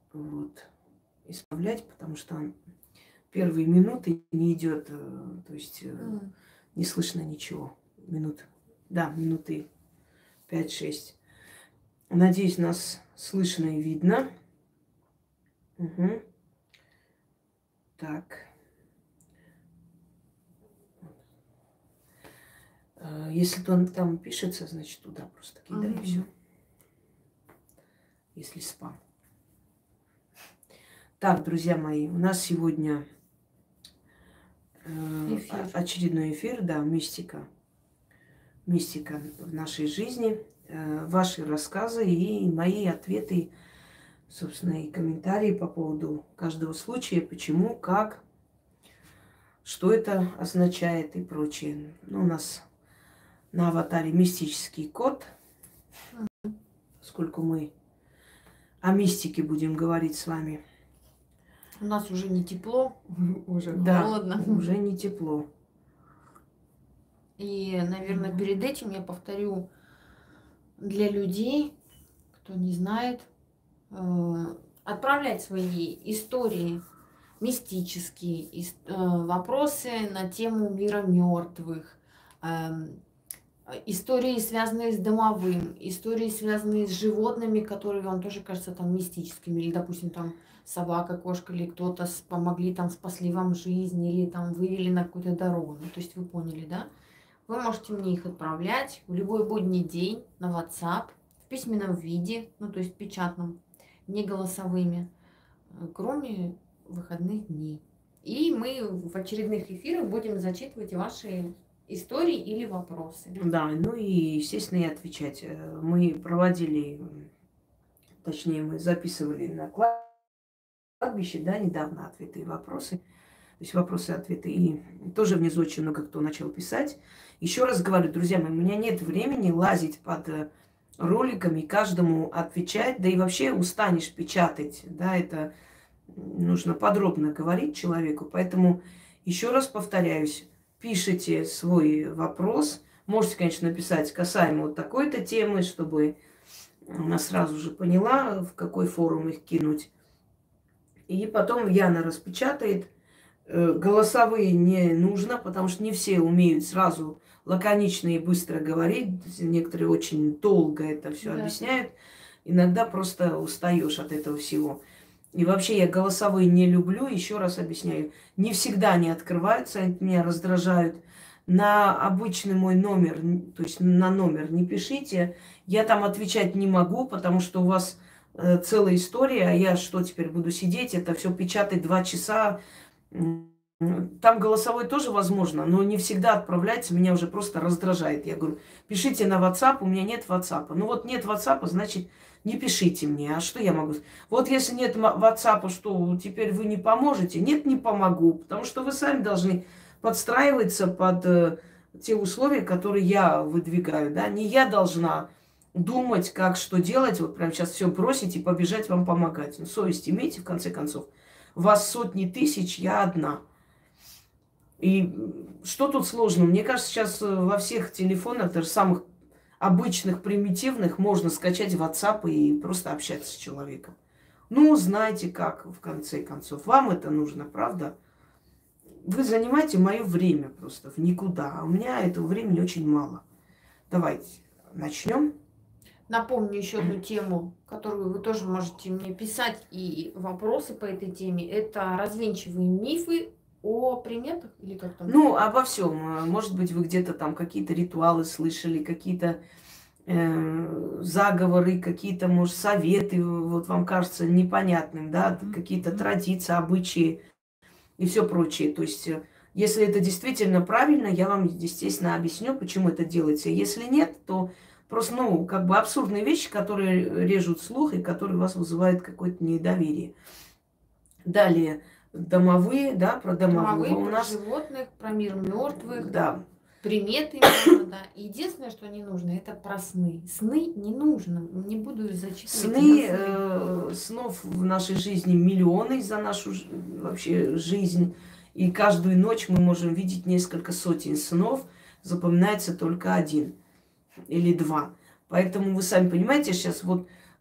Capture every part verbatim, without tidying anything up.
вот, исправлять, потому что первые минуты не идет, э, то есть э, М. не слышно ничего. Минут, да, минуты пять-шесть. Надеюсь, нас слышно и видно. Мгм. Так. Э, Если там, там пишется, значит туда просто кидай и все. Мгм. Если спам. Так, друзья мои, у нас сегодня э, о- Эфир. очередной эфир, да, мистика. Мистика в нашей жизни. Э, ваши рассказы и мои ответы, собственно, и комментарии по поводу каждого случая, почему, как, что это означает и прочее. Ну, у нас на аватаре мистический кот, поскольку мы о мистике будем говорить с вами. У нас уже не тепло, уже Да, холодно. уже не тепло. И, наверное, перед этим я повторю для людей, кто не знает, э, отправлять свои истории мистические, ис- э, вопросы на тему мира мертвых, эм, истории, связанные с домовым, истории, связанные с животными, которые вам тоже кажутся там мистическими, или, допустим, там собака, кошка или кто-то с- помогли, там спасли вам жизнь, или там вывели на какую-то дорогу. Ну, то есть вы поняли, да? Вы можете мне их отправлять в любой будний день на WhatsApp в письменном виде, ну, то есть печатном, не голосовыми, э, кроме выходных дней. И мы в очередных эфирах будем зачитывать ваши истории или вопросы. Да, ну и, естественно, и отвечать. Э, Мы проводили, м, точнее, мы записывали на кладбище, да, недавно ответы и вопросы. То есть вопросы и ответы. И тоже внизу очень много кто начал писать. Еще раз говорю, друзья мои, у меня нет времени лазить под э, роликами, каждому отвечать, да и вообще устанешь печатать, да, это нужно подробно говорить человеку. Поэтому еще раз повторяюсь, пишите свой вопрос. Можете, конечно, написать касаемо вот такой-то темы, чтобы она сразу же поняла, в какой форум их кинуть. И потом Яна распечатает. Э, Голосовые не нужно, потому что не все умеют сразу лаконично и быстро говорить. Некоторые очень долго это все Да. объясняют. Иногда просто устаешь от этого всего. И вообще я голосовые не люблю, еще раз объясняю. Не всегда они открываются, они меня раздражают. На обычный мой номер, н- то есть на номер не пишите. Я там отвечать не могу, потому что у вас э, целая история, а я что теперь буду сидеть, это все печатать два часа. М, Там голосовой тоже возможно, но не всегда отправляется, меня уже просто раздражает. Я говорю, пишите на WhatsApp, у меня нет WhatsApp. Ну вот нет WhatsApp, значит, не пишите мне. А что я могу? Вот если нет ма- WhatsApp, что теперь вы не поможете? Нет, не помогу, потому что вы сами должны подстраиваться под э, те условия, которые я выдвигаю. Да? Не я должна думать, как что делать, вот прямо сейчас все бросить и побежать вам помогать. Ну, совесть имейте, в конце концов. Вас сотни тысяч, я одна. И м, что тут сложно? Мне кажется, сейчас э, во всех телефонах, даже самых обычных, примитивных, можно скачать WhatsApp и просто общаться с человеком. Ну, знаете как, в конце концов. Вам это нужно, правда? Вы занимаете мое время просто в никуда, а у меня этого времени очень мало. Давайте начнем. Напомню еще одну тему, которую вы тоже можете мне писать, и вопросы по этой теме. Это развенчиваем мифы о приметах, или как там? Ну, обо всем. Может быть, вы где-то там какие-то ритуалы слышали, какие-то э, заговоры, какие-то, может, советы, вот вам кажется непонятным, да, Мгм. какие-то Мгм. традиции, обычаи и все прочее. То есть, э, если это действительно правильно, я вам, естественно, объясню, почему это делается. Если нет, то просто, ну, как бы абсурдные вещи, которые режут слух и которые у вас вызывают какое-то недоверие. Далее, домовые, да, про домового Домовые, у про нас, животных, про мир мертвых, да, приметы можно, да. Единственное, что не нужно, это про сны. Сны не нужно. Не буду зачитывать на сны, сны. э, снов в нашей жизни миллионы за нашу ж- вообще жизнь. И каждую ночь мы можем видеть несколько сотен снов. Запоминается только один или два. Поэтому вы сами понимаете, сейчас вот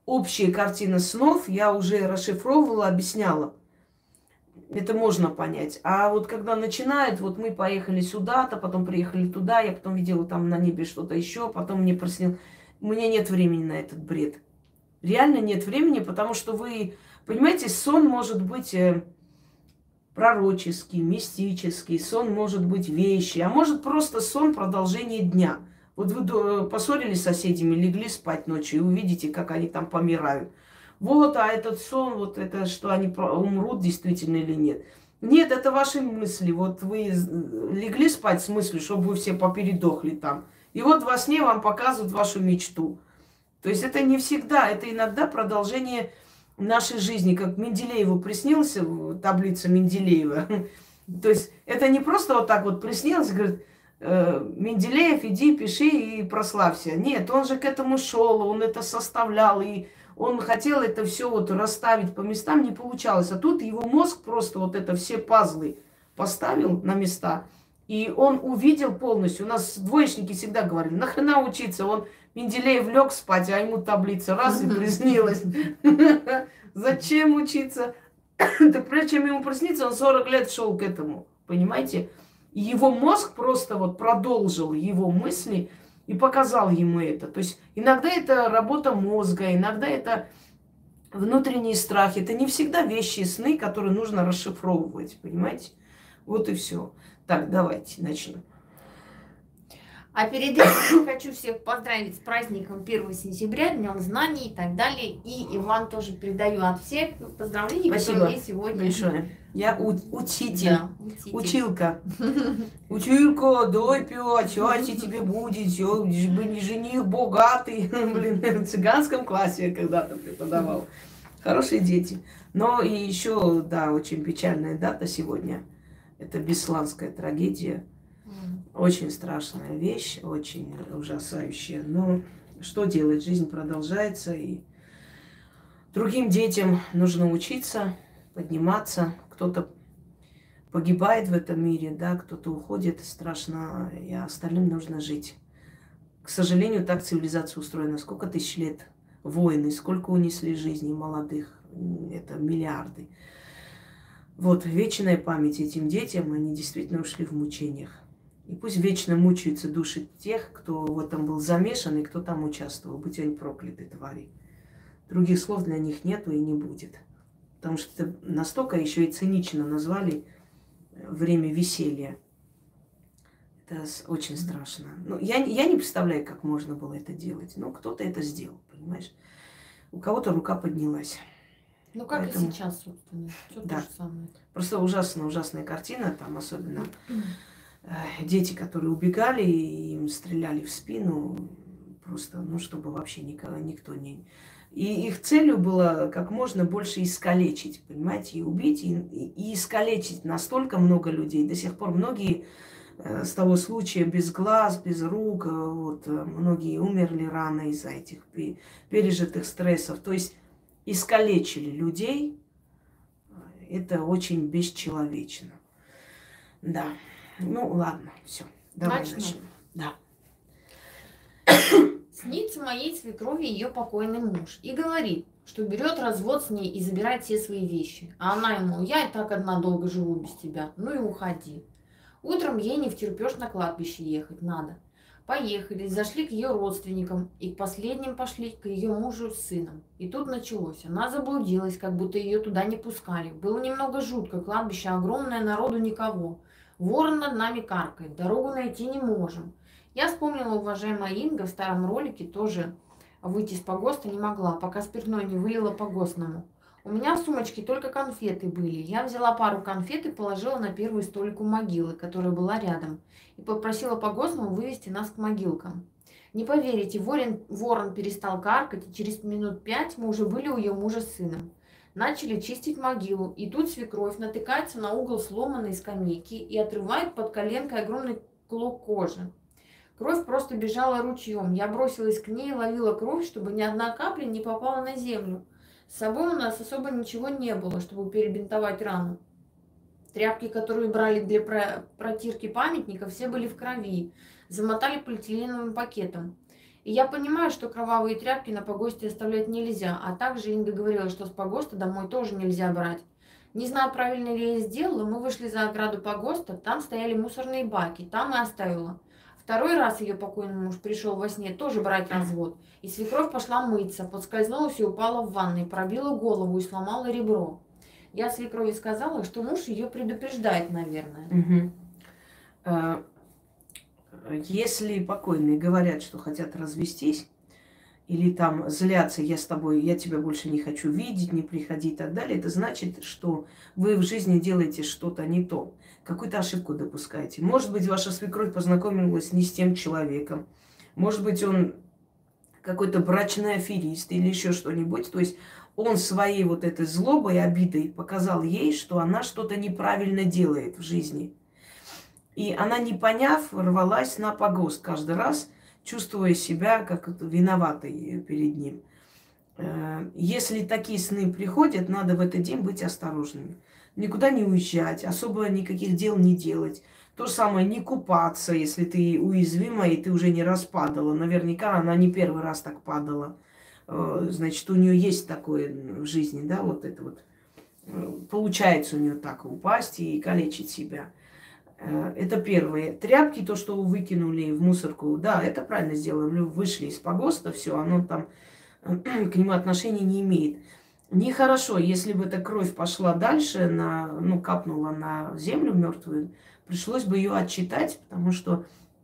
общая картина снов я уже расшифровывала, объясняла. Это можно понять. А вот когда начинает, вот мы поехали сюда-то, потом приехали туда, я потом видела там на небе что-то еще, потом мне проснил. У меня нет времени на этот бред. Реально нет времени, потому что вы, понимаете, сон может быть э, пророческий, мистический, сон может быть вещи, а может просто сон продолжение дня. Вот вы поссорились с соседями, легли спать ночью и увидите, как они там помирают. Вот, а этот сон, вот это, что они умрут действительно или нет. Нет, это ваши мысли. Вот вы легли спать с мыслью, чтобы вы все попередохли там. И вот во сне вам показывают вашу мечту. То есть это не всегда, это иногда продолжение нашей жизни. Как Менделееву приснилась таблица Менделеева. То есть это не просто вот так вот приснилось, говорит, Менделеев, иди, пиши и прославься. Нет, он же к этому шел, он это составлял, и он хотел это все вот расставить по местам, не получалось. А тут его мозг просто вот это все пазлы поставил на места, и он увидел полностью. У нас двоечники всегда говорили, нахрена учиться? Он, Менделеев, лег спать, а ему таблица раз и приснилась. Зачем учиться? Так прежде чем ему присниться, он сорок лет шел к этому. Понимаете? И его мозг просто вот продолжил его мысли и показал ему это. То есть иногда это работа мозга, иногда это внутренние страхи. Это не всегда вещи и сны, которые нужно расшифровывать. Понимаете? Вот и все. Так, давайте начнем. А перед этим хочу всех поздравить с праздником первого сентября, Днем знаний и так далее. И Иван тоже передаю от всех поздравления, Спасибо которые есть сегодня. Большое. Я у- учитель, Да, учитель. училка. Училка, дай пять, счастье тебе будет, всё, жених богатый. Блин, в цыганском классе я когда-то преподавал. Хорошие дети. Но и еще, да, очень печальная дата сегодня. Это Бесланская трагедия. Очень страшная вещь, очень ужасающая. Но что делать? Жизнь продолжается, и другим детям нужно учиться, подниматься. Кто-то погибает в этом мире, да, кто-то уходит, страшно, и остальным нужно жить. К сожалению, так цивилизация устроена. Сколько тысяч лет войны, сколько унесли жизней молодых, это миллиарды. Вот, вечная память этим детям, они действительно ушли в мучениях. И пусть вечно мучаются души тех, кто в этом был замешан и кто там участвовал. Будь они прокляты, твари. Других слов для них нету и не будет. Потому что это настолько еще и цинично назвали время веселья. Это очень страшно. Ну, я, я не представляю, как можно было это делать. Но кто-то это сделал, понимаешь? У кого-то рука поднялась. Ну, как Поэтому... и сейчас, собственно. Все да. то же самое. Просто ужасная, ужасная картина. Там особенно э, дети, которые убегали, и им стреляли в спину. Просто, ну, чтобы вообще никого, никто не... И их целью было как можно больше искалечить, понимаете, и убить, и, и искалечить настолько много людей. До сих пор многие э, с того случая без глаз, без рук, э, вот, э, многие умерли рано из-за этих пережитых стрессов. То есть искалечили людей. Это очень бесчеловечно. Да. Ну, ладно, все. Давай Начнем? начнем. Да. Снится моей свекрови ее покойный муж и говорит, что берет развод с ней и забирает все свои вещи. А она ему: я и так одна долго живу без тебя, ну и уходи. Утром ей не втерпешь на кладбище ехать, надо. Поехали, зашли к ее родственникам и к последним пошли к ее мужу с сыном. И тут началось. Она заблудилась, как будто ее туда не пускали. Было немного жутко, кладбище огромное, народу никого. Ворон над нами каркает, дорогу найти не можем. Я вспомнила, уважаемая Инга, в старом ролике тоже выйти с погоста не могла, пока спиртное не вылила погостному. У меня в сумочке только конфеты были. Я взяла пару конфет и положила на первый столик у могилы, которая была рядом, и попросила погостного вывести нас к могилкам. Не поверите, ворон, ворон перестал каркать, и через минут пять мы уже были у ее мужа с сыном. Начали чистить могилу, и тут свекровь натыкается на угол сломанной скамейки и отрывает под коленкой огромный клок кожи. Кровь просто бежала ручьем. Я бросилась к ней, ловила кровь, чтобы ни одна капля не попала на землю. С собой у нас особо ничего не было, чтобы перебинтовать рану. Тряпки, которые брали для протирки памятника, все были в крови. Замотали полиэтиленовым пакетом. И я понимаю, что кровавые тряпки на погосте оставлять нельзя. А также Инга говорила, что с погоста домой тоже нельзя брать. Не знаю, правильно ли я сделала, мы вышли за ограду погоста, там стояли мусорные баки, там и оставила. Второй раз ее покойный муж пришел во сне тоже брать развод. И свекровь пошла мыться, подскользнулась и упала в ванной, пробила голову и сломала ребро. Я свекрови сказала, что муж ее предупреждает, наверное. Угу. А, если покойные говорят, что хотят развестись, или там злятся, я с тобой, я тебя больше не хочу видеть, не приходи и так далее, это значит, что вы в жизни делаете что-то не то, какую-то ошибку допускаете. Может быть, ваша свекровь познакомилась не с тем человеком, может быть, он какой-то брачный аферист или еще что-нибудь, то есть он своей вот этой злобой и обидой показал ей, что она что-то неправильно делает в жизни. И она, не поняв, рвалась на погост каждый раз, чувствуя себя как виноватой перед ним. Если такие сны приходят, надо в этот день быть осторожными. Никуда не уезжать, особо никаких дел не делать. То же самое, не купаться, если ты уязвима и ты уже не раз падала. Наверняка она не первый раз так падала. Значит, у нее есть такое в жизни, да, вот это вот. Получается у нее так упасть и калечить себя. Это первое. Тряпки, то, что вы выкинули в мусорку, да, это правильно сделали. Вышли из погоста, все, оно там к нему отношения не имеет. Нехорошо, если бы эта кровь пошла дальше, на, ну, капнула на землю мертвую, пришлось бы ее отчитать, потому что,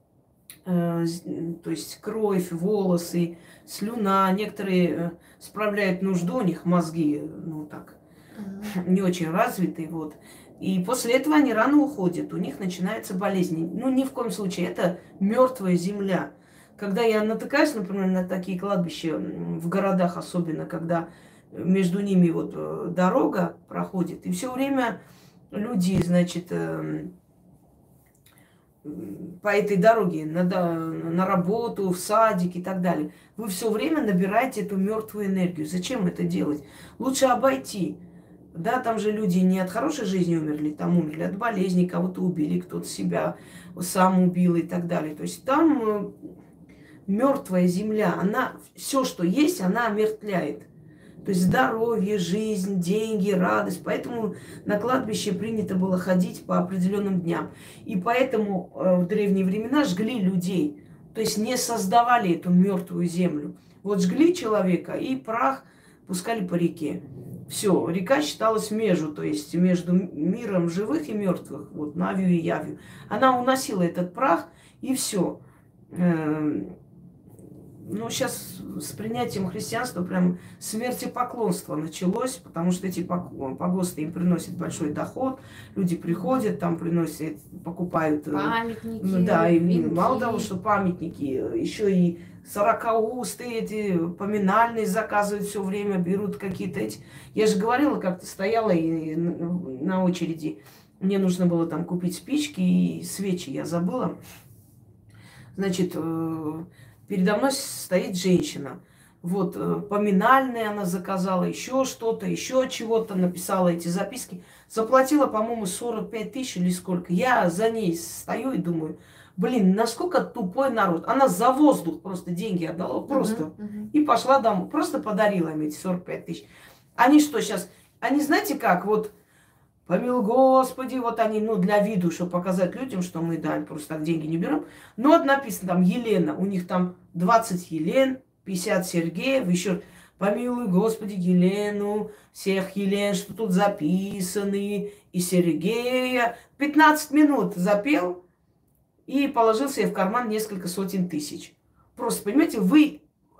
э, то есть, кровь, волосы, слюна, некоторые э, справляют нужду, у них мозги, ну, так, mm-hmm. не очень развитые, вот. И после этого они рано уходят, у них начинаются болезни. Ну, ни в коем случае, это мертвая земля. Когда я натыкаюсь, например, на такие кладбища, в городах особенно, когда между ними вот дорога проходит, и все время люди, значит, по этой дороге на, на работу, в садик и так далее, вы все время набираете эту мертвую энергию. Зачем это делать? Лучше обойти. Да, там же люди не от хорошей жизни умерли, там умерли от болезни, кого-то убили, кто-то себя сам убил и так далее. То есть там мертвая земля, она, все, что есть, она омертвляет. То есть здоровье, жизнь, деньги, радость. Поэтому на кладбище принято было ходить по определенным дням. И поэтому в древние времена жгли людей. То есть не создавали эту мертвую землю. Вот жгли человека и прах пускали по реке. Все, река считалась межу, то есть между миром живых и мертвых, вот Навью и Явью. Она уносила этот прах, и все. Ну, сейчас с принятием христианства прям смертепоклонство началось, потому что эти погосты им приносят большой доход, люди приходят, там приносят, покупают... Памятники, да, и венки. Мало того, что памятники, еще и сорокаусты эти поминальные заказывают все время, берут какие-то эти... Я же говорила, как-то стояла и на очереди, мне нужно было там купить спички и свечи, я забыла. Значит, передо мной стоит женщина. Вот, поминальные она заказала, еще что-то, еще чего-то, написала эти записки. Заплатила, по-моему, сорок пять тысяч или сколько. Я за ней стою и думаю, блин, насколько тупой народ. Она за воздух просто деньги отдала, просто. Uh-huh, uh-huh. И пошла домой. Просто подарила им эти сорок пять тысяч. Они что сейчас? Они знаете как? Вот, помилуй Господи, вот они, ну, для виду, чтобы показать людям, что мы, да, просто так деньги не берем. Ну, вот написано там Елена. У них там двадцать Елен, пятьдесят Сергеев, еще помилуй Господи Елену, всех Елен, что тут записаны, и Сергея. пятнадцать минут запел и положил себе в карман несколько сотен тысяч. Просто, понимаете, вы...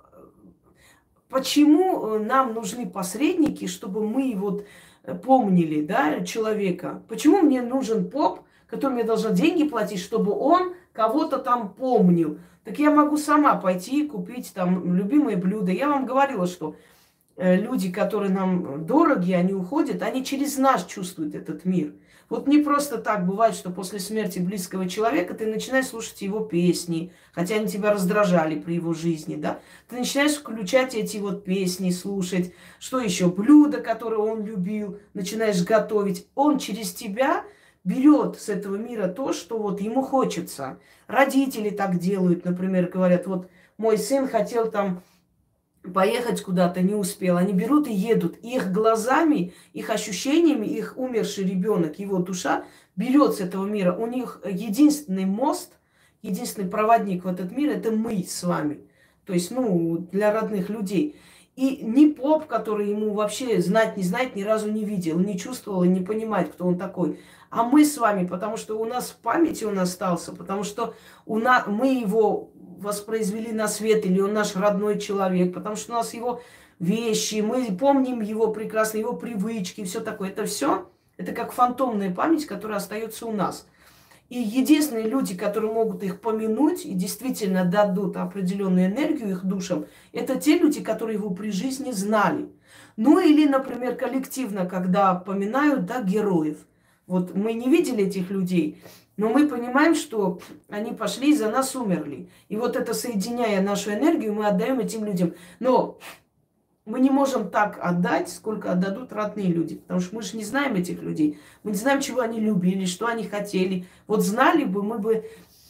Почему нам нужны посредники, чтобы мы вот помнили, да, человека? Почему мне нужен поп, которому я должна деньги платить, чтобы он кого-то там помнил? Так я могу сама пойти и купить там любимые блюда. Я вам говорила, что люди, которые нам дороги, они уходят, они через нас чувствуют этот мир. Вот не просто так бывает, что после смерти близкого человека ты начинаешь слушать его песни, хотя они тебя раздражали при его жизни, да? Ты начинаешь включать эти вот песни, слушать, что еще, блюда, которые он любил, начинаешь готовить. Он через тебя берет с этого мира то, что вот ему хочется. Родители так делают, например, говорят, вот мой сын хотел там поехать куда-то, не успел. Они берут и едут. И их глазами, их ощущениями, их умерший ребенок, его душа берет с этого мира. У них единственный мост, единственный проводник в этот мир – это мы с вами. То есть, ну, для родных людей. И ни поп, который ему вообще знать, не знать, ни разу не видел, не чувствовал и не понимает, кто он такой. А мы с вами, потому что у нас в памяти он остался, потому что у нас, мы его воспроизвели на свет, или он наш родной человек, потому что у нас его вещи, мы помним его прекрасно, его привычки, все такое. Это все, это как фантомная память, которая остается у нас. И единственные люди, которые могут их помянуть и действительно дадут определенную энергию их душам, это те люди, которые его при жизни знали. Ну или, например, коллективно, когда поминают, да, героев. Вот мы не видели этих людей, но мы понимаем, что они пошли и за нас умерли. И вот это, соединяя нашу энергию, мы отдаем этим людям. Но мы не можем так отдать, сколько отдадут родные люди. Потому что мы же не знаем этих людей. Мы не знаем, чего они любили, что они хотели. Вот знали бы, мы бы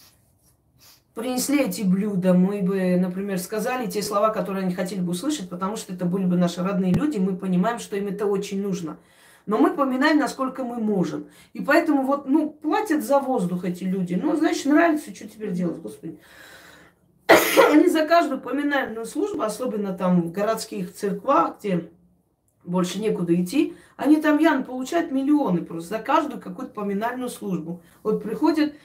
принесли эти блюда, мы бы, например, сказали те слова, которые они хотели бы услышать, потому что это были бы наши родные люди, мы понимаем, что им это очень нужно. Но мы поминаем, насколько мы можем. И поэтому вот, ну, платят за воздух эти люди. Ну, значит, нравится, что теперь делать, Господи. Они за каждую поминальную службу, особенно там в городских церквах, где больше некуда идти, они там явно получают миллионы просто за каждую какую-то поминальную службу. Вот приходят,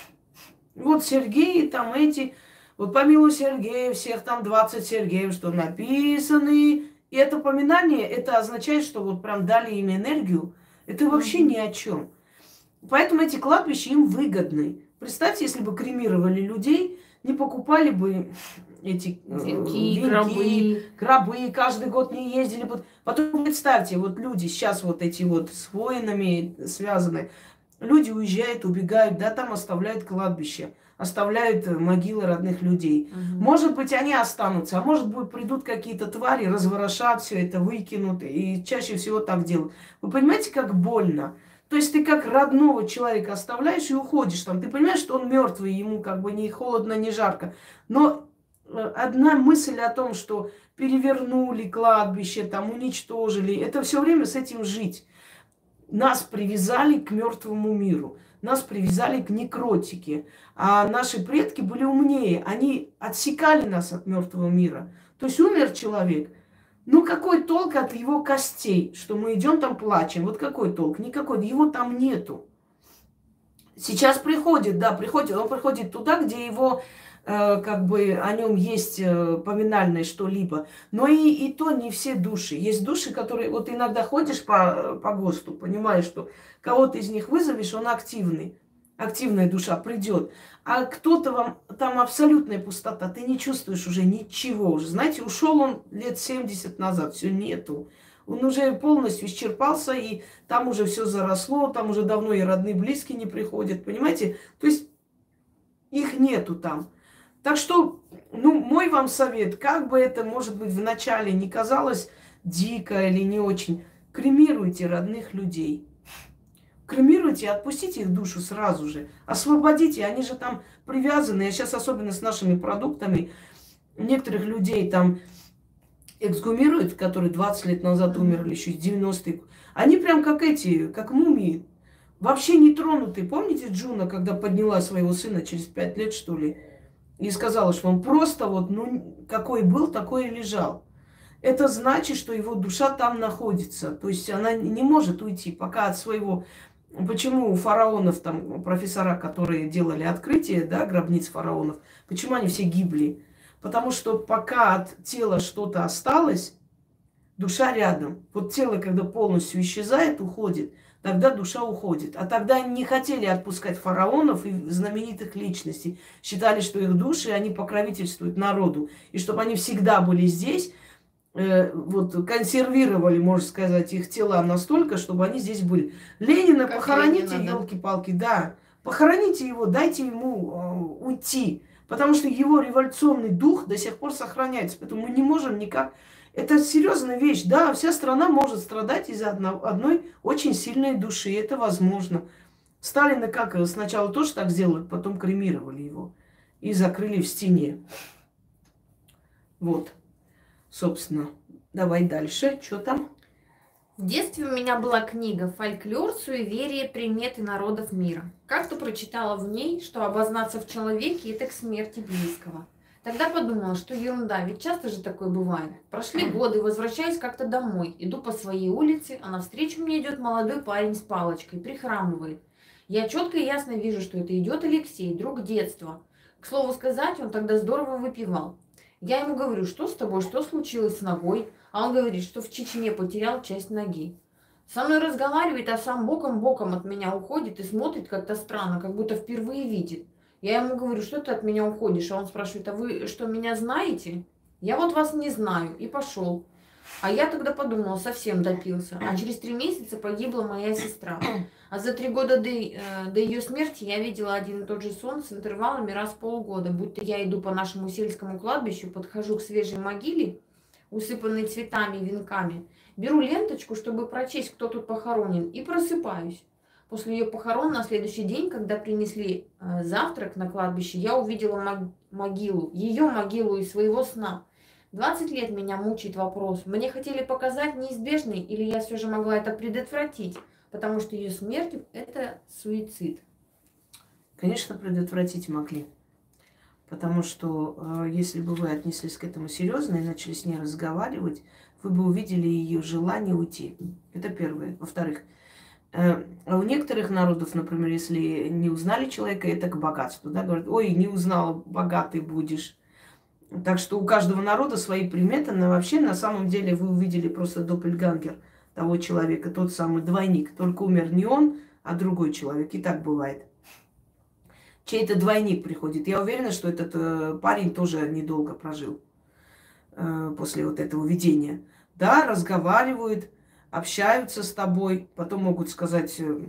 вот Сергей, там эти, вот помилуй Сергея, всех там двадцать Сергеев, что написаны. И это поминание, это означает, что вот прям дали им энергию. Это вообще ни о чем. Поэтому эти кладбища им выгодны. Представьте, если бы кремировали людей, не покупали бы эти э, Венки, венки, гробы. гробы, каждый год не ездили бы. Потом представьте, вот люди сейчас вот эти вот с воинами связаны, люди уезжают, убегают, да, там оставляют кладбище, оставляют могилы родных людей. Угу. Может быть, они останутся, а может быть, придут какие-то твари, разворошат все это, выкинут, и чаще всего так делают. Вы понимаете, как больно? То есть ты как родного человека оставляешь и уходишь там. Ты понимаешь, что он мертвый, ему как бы ни холодно, ни жарко. Но одна мысль о том, что перевернули кладбище, там уничтожили, это все время с этим жить. Нас привязали к мертвому миру. Нас привязали к некротике. А наши предки были умнее. Они отсекали нас от мертвого мира. То есть умер человек. Ну, какой толк от его костей, что мы идем там плачем? Вот какой толк? Никакой. Его там нету. Сейчас приходит, да, приходит. Он приходит туда, где его, э, как бы, о нем есть э, поминальное что-либо. Но и, и то не все души. Есть души, которые... Вот иногда ходишь по, по ГОСТу, понимаешь, что кого-то из них вызовешь, он активный. Активная душа придет. А кто-то вам, там абсолютная пустота, ты не чувствуешь уже ничего. Уже, знаете, ушел он лет семьдесят назад, все нету. Он уже полностью исчерпался, и там уже все заросло, там уже давно и родные, близкие не приходят, понимаете? То есть их нету там. Так что, ну, мой вам совет, как бы это, может быть, вначале не казалось дико или не очень, кремируйте родных людей. Кремируйте, отпустите их душу сразу же. Освободите, они же там привязаны. А сейчас особенно с нашими продуктами некоторых людей там эксгумируют, которые двадцать лет назад умерли, еще с девяностых. Они прям как эти, как мумии. Вообще не тронутые. Помните Джуна, когда подняла своего сына через пять лет, что ли? И сказала, что он просто вот, ну, какой был, такой и лежал. Это значит, что его душа там находится. То есть она не может уйти пока от своего... Почему у фараонов, там, профессора, которые делали открытие, да, гробниц фараонов, почему они все гибли? Потому что пока от тела что-то осталось, душа рядом. Вот тело, когда полностью исчезает, уходит, тогда душа уходит. А тогда они не хотели отпускать фараонов и знаменитых личностей. Считали, что их души, они покровительствуют народу. И чтобы они всегда были здесь, э, вот консервировали, можно сказать, их тела настолько, чтобы они здесь были. Ленина Как похороните, Ленина, да. елки-палки, да. Похороните его, дайте ему э, уйти. Потому что его революционный дух до сих пор сохраняется. Поэтому мы не можем никак... Это серьезная вещь. Да, вся страна может страдать из-за одно, одной очень сильной души. Это возможно. Сталина как сначала тоже так сделали, потом кремировали его. И закрыли в стене. Вот, собственно. Давай дальше. Что там? В детстве у меня была книга «Фольклор, суеверие, приметы народов мира». Как-то прочитала в ней, что обознаться в человеке – это к смерти близкого. Тогда подумала, что ерунда, ведь часто же такое бывает. Прошли годы, возвращаюсь как-то домой, иду по своей улице, а навстречу мне идет молодой парень с палочкой, прихрамывает. Я четко и ясно вижу, что это идет Алексей, друг детства. К слову сказать, он тогда здорово выпивал. Я ему говорю, что с тобой, что случилось с ногой? А он говорит, что в Чечне потерял часть ноги. Со мной разговаривает, а сам боком-боком от меня уходит и смотрит как-то странно, как будто впервые видит. Я ему говорю, что ты от меня уходишь? А он спрашивает, а вы что, меня знаете? Я вот вас не знаю. И пошел. А я тогда подумала, совсем допился. А через три месяца погибла моя сестра. А за три года до, э, до ее смерти я видела один и тот же сон с интервалами раз в полгода. Будто я иду по нашему сельскому кладбищу, подхожу к свежей могиле, усыпанной цветами и венками, беру ленточку, чтобы прочесть, кто тут похоронен, и просыпаюсь. После ее похорон на следующий день, когда принесли э, завтрак на кладбище, я увидела мог- могилу, ее могилу из своего сна. двадцать лет меня мучает вопрос, мне хотели показать неизбежный, или я все же могла это предотвратить, потому что ее смерть – это суицид. Конечно, предотвратить могли. Потому что э, если бы вы отнеслись к этому серьезно и начали с ней разговаривать, вы бы увидели ее желание уйти. Это первое. Во-вторых, э, а у некоторых народов, например, если не узнали человека, это к богатству. Да? Говорят, ой, не узнала, богатый будешь. Так что у каждого народа свои приметы. Но вообще, на самом деле, вы увидели просто доппельгангер того человека, тот самый двойник. Только умер не он, а другой человек. И так бывает. Чей-то двойник приходит. Я уверена, что этот э, парень тоже недолго прожил э, после вот этого видения. Да, разговаривают, общаются с тобой, потом могут сказать, э,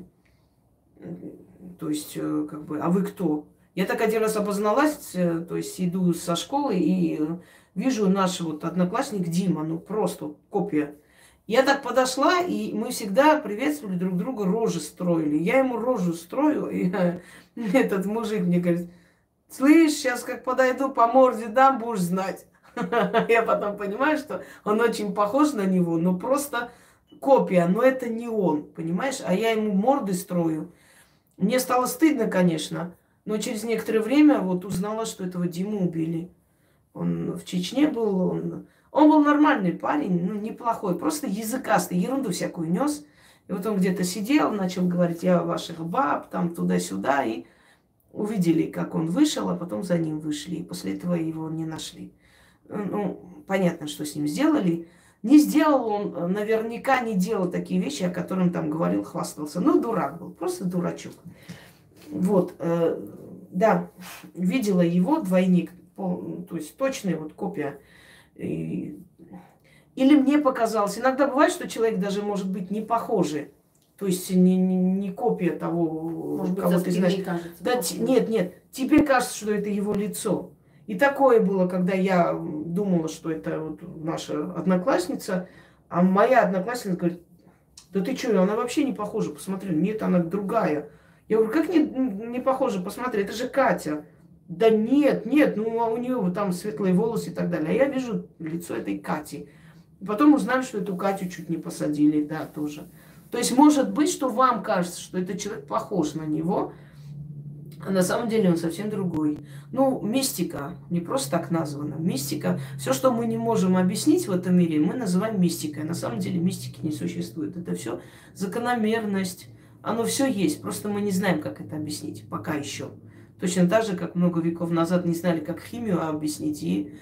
э, то есть, э, как бы, а вы кто? Я так один раз обозналась, э, то есть иду со школы и э, вижу наш вот одноклассник Дима, ну просто копия. Я так подошла, и мы всегда приветствовали друг друга, рожи строили. Я ему рожу строю, и э, этот мужик мне говорит, слышь, сейчас как подойду по морде дам, будешь знать. Я потом понимаю, что он очень похож на него, но просто копия, но это не он, понимаешь? А я ему морды строю. Мне стало стыдно, конечно, но через некоторое время вот узнала, что этого Диму убили. Он в Чечне был, он... Он был нормальный парень, ну, неплохой, просто языкастый, ерунду всякую нес. И вот он где-то сидел, начал говорить, я ваших баб, там туда-сюда, и увидели, как он вышел, а потом за ним вышли. И после этого его не нашли. Ну, понятно, что с ним сделали. Не сделал он, наверняка не делал такие вещи, о которых там говорил, хвастался. Ну, дурак был, просто дурачок. Вот, э, да, видела его двойник, то есть точная вот копия. И... Или мне показалось. Иногда бывает, что человек даже может быть не похожий. То есть не, не, не копия того, Может быть, кого ты знаешь. кажется, Да, т- нет, нет. Тебе кажется, что это его лицо. И такое было, когда я думала, что это вот наша одноклассница. А моя одноклассница говорит, да ты что, она вообще не похожа, посмотри. Нет, она другая. Я говорю, как не, не похожа, посмотри, это же Катя. Да нет, нет, ну а у нее вот там светлые волосы и так далее. А я вижу лицо этой Кати. Потом узнали, что эту Катю чуть не посадили, да, тоже. То есть может быть, что вам кажется, что этот человек похож на него, а на самом деле он совсем другой. Ну, мистика, не просто так названа. Мистика, все, что мы не можем объяснить в этом мире, мы называем мистикой. На самом деле мистики не существует. Это все закономерность. Оно все есть, просто мы не знаем, как это объяснить, пока еще. Точно так же, как много веков назад не знали, как химию объяснить. И,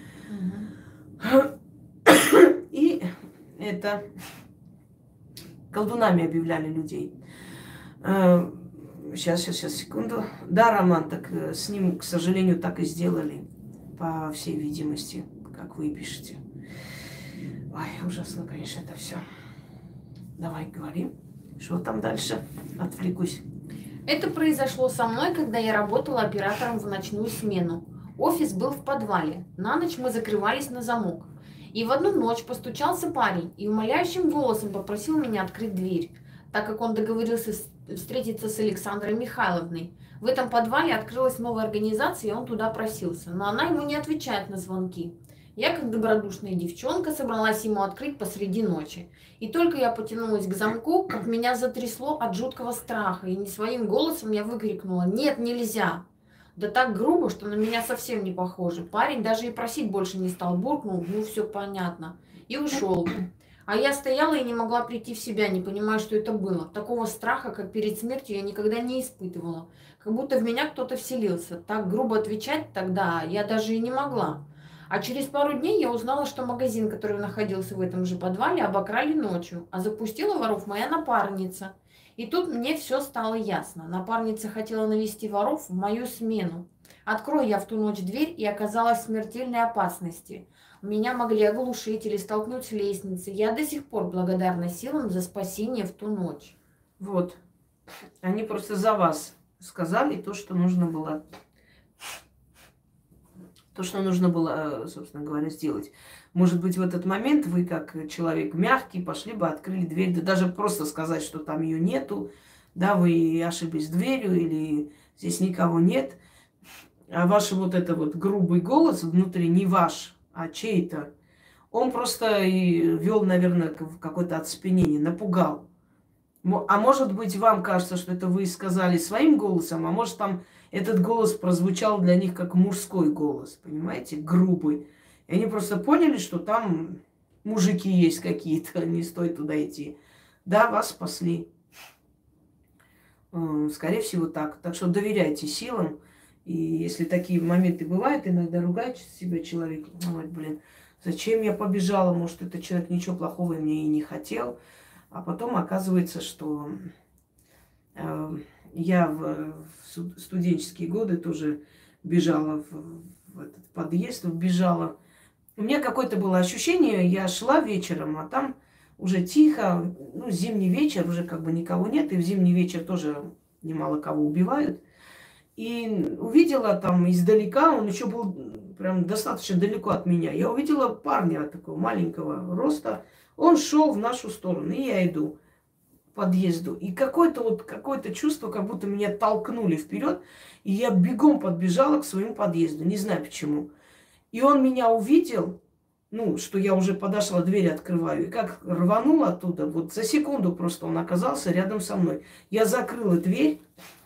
и это колдунами объявляли людей. Сейчас, сейчас, сейчас, секунду. Да, Роман, так с ним, к сожалению, так и сделали. По всей видимости, как вы пишете. Ой, ужасно, конечно, это все. Давай, говори. Что там дальше? Отвлекусь. Это произошло со мной, когда я работала оператором в ночную смену. Офис был в подвале. На ночь мы закрывались на замок. И в одну ночь постучался парень и умоляющим голосом попросил меня открыть дверь, так как он договорился встретиться с Александрой Михайловной. В этом подвале открылась новая организация, и он туда просился. Но она ему не отвечает на звонки. Я, как добродушная девчонка, собралась ему открыть посреди ночи. И только я потянулась к замку, как меня затрясло от жуткого страха, и не своим голосом я выкрикнула: «Нет, нельзя!» Да так грубо, что на меня совсем не похоже. Парень даже и просить больше не стал, буркнул: «Ну, все понятно», и ушел. А я стояла и не могла прийти в себя, не понимая, что это было. Такого страха, как перед смертью, я никогда не испытывала. Как будто в меня кто-то вселился. Так грубо отвечать тогда я даже и не могла. А через пару дней я узнала, что магазин, который находился в этом же подвале, обокрали ночью, а запустила воров моя напарница. И тут мне все стало ясно. Напарница хотела навести воров в мою смену. Открою я в ту ночь дверь, и оказалась в смертельной опасности. Меня могли оглушить или столкнуть с лестницы. Я до сих пор благодарна силам за спасение в ту ночь. Вот. Они просто за вас сказали то, что нужно было. То, что нужно было, собственно говоря, сделать. Может быть, в этот момент вы, как человек мягкий, пошли бы, открыли дверь, да даже просто сказать, что там ее нету, да, вы ошиблись дверью или здесь никого нет. А ваш вот это вот грубый голос внутри не ваш, а чей-то, он просто и вел, наверное, в какое-то оцепенение, напугал. А может быть, вам кажется, что это вы сказали своим голосом, а может, там этот голос прозвучал для них как мужской голос, понимаете, грубый. И они просто поняли, что там мужики есть какие-то, не стоит туда идти. Да, вас спасли. Скорее всего, так. Так что доверяйте силам. И если такие моменты бывают, иногда ругаете себя человек, ну, блин, зачем я побежала, может, этот человек ничего плохого мне и не хотел. А потом оказывается, что э, я в, в студенческие годы тоже бежала в, в этот подъезд, бежала. У меня какое-то было ощущение, я шла вечером, а там уже тихо, ну, зимний вечер, уже как бы никого нет, и в зимний вечер тоже немало кого убивают. И увидела там издалека, он еще был прям достаточно далеко от меня. Я увидела парня такого маленького роста. Он шел в нашу сторону, и я иду к подъезду. И какое-то вот какое-то чувство, как будто меня толкнули вперед. И я бегом подбежала к своему подъезду. Не знаю почему. И он меня увидел, ну, что я уже подошла, дверь открываю. И как рванула оттуда, вот за секунду просто он оказался рядом со мной. Я закрыла дверь.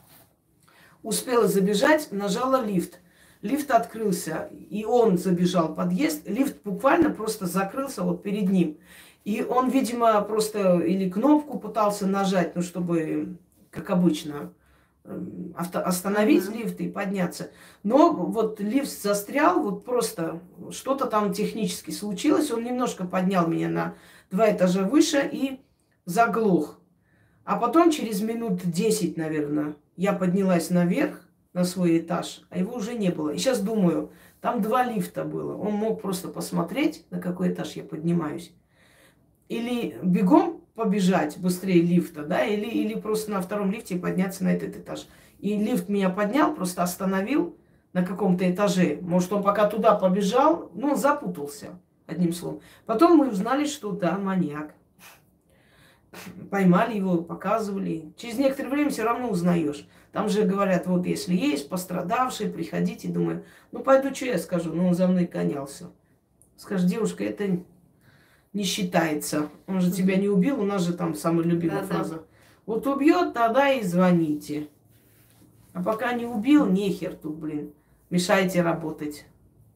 Успела забежать, нажала лифт. Лифт открылся, и он забежал в подъезд. Лифт буквально просто закрылся вот перед ним. И он, видимо, просто или кнопку пытался нажать, ну, чтобы, как обычно, авто- остановить mm-hmm. лифт и подняться. Но вот лифт застрял, вот просто что-то там технически случилось. Он немножко поднял меня на два этажа выше и заглох. А потом через минут десять, наверное, я поднялась наверх, на свой этаж, а его уже не было. И сейчас думаю, там два лифта было. Он мог просто посмотреть, на какой этаж я поднимаюсь. Или бегом побежать быстрее лифта, да, или, или просто на втором лифте подняться на этот этаж. И лифт меня поднял, просто остановил на каком-то этаже. Может, он пока туда побежал, ну, он запутался, одним словом. Потом мы узнали, что да, маньяк. Поймали его, показывали. Через некоторое время все равно узнаешь. Там же говорят, вот если есть пострадавшие, приходите. Думаю, ну пойду, что я скажу? Ну он за мной гонялся. Скажешь, девушка, это не считается. Он же тебя не убил, у нас же там самая любимая да, фраза. Да. Вот убьет, тогда и звоните. А пока не убил, нехер тут, блин. Мешаете работать.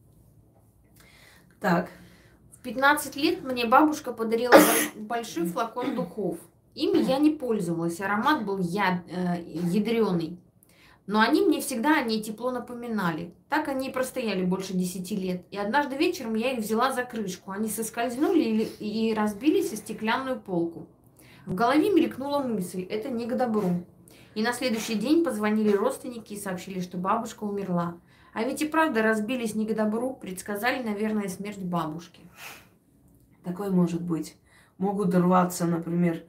Так. В пятнадцать лет мне бабушка подарила большой флакон духов. Ими я не пользовалась, аромат был яд, э, ядреный. Но они мне всегда о ней тепло напоминали. Так они и простояли больше десяти лет. И однажды вечером я их взяла за крышку. Они соскользнули и, и разбились о стеклянную полку. В голове мелькнула мысль, это не к добру. И на следующий день позвонили родственники и сообщили, что бабушка умерла. А ведь и правда разбились не к добру, предсказали, наверное, смерть бабушки. Такое может быть. Могут рваться, например,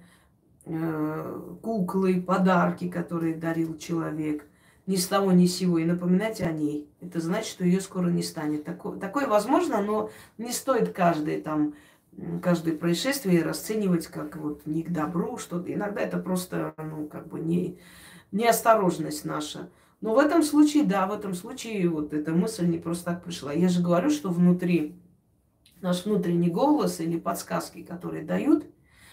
куклы, подарки, которые дарил человек. Ни с того, ни с сего. И напоминать о ней. Это значит, что ее скоро не станет. Такое, такое возможно, но не стоит каждое, там, каждое происшествие расценивать как вот не к добру что-то. Иногда это просто, ну, как бы не, неосторожность наша. Но в этом случае, да, в этом случае вот эта мысль не просто так пришла. Я же говорю, что внутри наш внутренний голос или подсказки, которые дают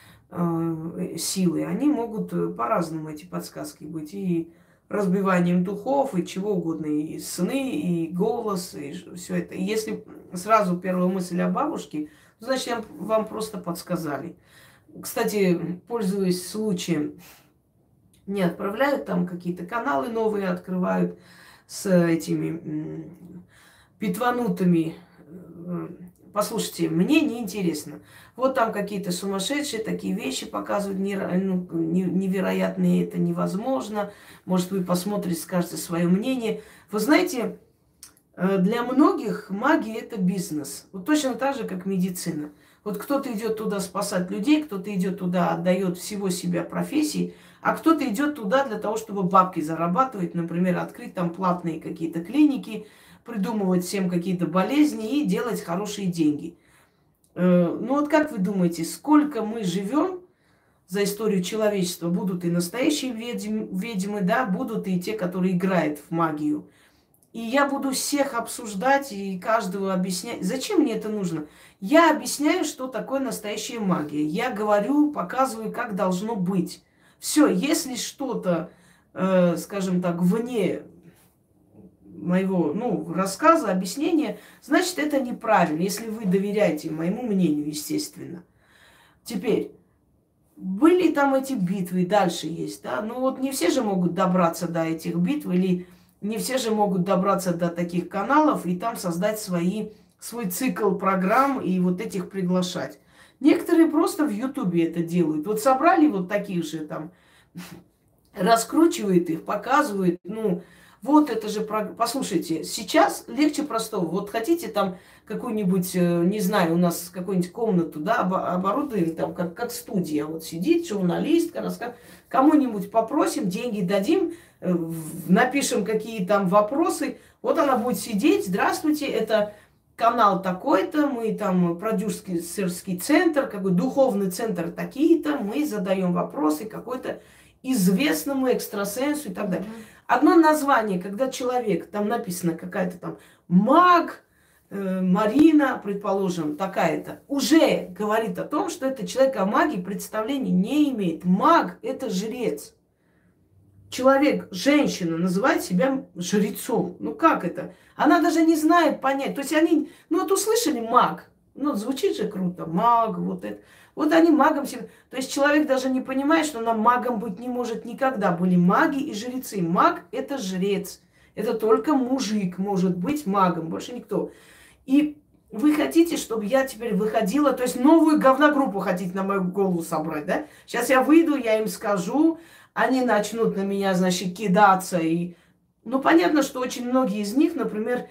э, силы, они могут э, по-разному, эти подсказки, быть. И разбиванием духов, и чего угодно, и сны, и голос, и все это. И если сразу первая мысль о бабушке, значит, я- вам просто подсказали. Кстати, пользуясь случаем, не отправляют там какие-то каналы новые, открывают с этими м, питванутыми. э, Послушайте, мне неинтересно. Вот там какие-то сумасшедшие такие вещи показывают, неро- ну, не- невероятные, это невозможно. Может, вы посмотрите, скажете свое мнение. Вы знаете, э, для многих магия – это бизнес. Вот точно так же, как медицина. Вот кто-то идет туда спасать людей, кто-то идет туда, отдает всего себя профессии, а кто-то идет туда для того, чтобы бабки зарабатывать, например, открыть там платные какие-то клиники, придумывать всем какие-то болезни и делать хорошие деньги. Э, Ну вот как вы думаете, сколько мы живем за историю человечества? Будут и настоящие ведьм- ведьмы, да, будут и те, которые играют в магию. И я буду всех обсуждать и каждого объяснять. Зачем мне это нужно? Я объясняю, что такое настоящая магия. Я говорю, показываю, как должно быть. Все, если что-то, э, скажем так, вне моего, ну, рассказа, объяснения, значит, это неправильно, если вы доверяете моему мнению, естественно. Теперь, были там эти битвы, дальше есть, да, ну вот не все же могут добраться до этих битв, или не все же могут добраться до таких каналов и там создать свои, свой цикл программ и вот этих приглашать. Некоторые просто в Ютубе это делают. Вот собрали вот таких же там, раскручивает их, показывает, ну, вот это же, про- послушайте, сейчас легче простого. Вот хотите там какую-нибудь, э, не знаю, у нас какую-нибудь комнату, да, обо- оборудуем там, как, как студия, вот сидит журналистка, рассказ... кому-нибудь попросим, деньги дадим, э, в- напишем, какие там вопросы, вот она будет сидеть, здравствуйте, это канал такой-то, мы там продюсерский центр, какой духовный центр такие-то, мы задаем вопросы какой-то известному экстрасенсу и так далее. Одно название, когда человек, там написано какая-то там маг, э, Марина, предположим, такая-то, уже говорит о том, что этот человек о магии представления не имеет. Маг – это жрец. Человек, женщина, называет себя жрецом. Ну как это? Она даже не знает понять. То есть они, ну вот услышали маг, ну звучит же круто, маг, вот это. Вот они магом себе... То есть человек даже не понимает, что она магом быть не может никогда. Были маги и жрецы. Маг – это жрец. Это только мужик может быть магом, больше никто. И вы хотите, чтобы я теперь выходила, то есть новую говногруппу хотите на мою голову собрать, да? Сейчас я выйду, я им скажу, они начнут на меня, значит, кидаться. И... Ну, понятно, что очень многие из них, например,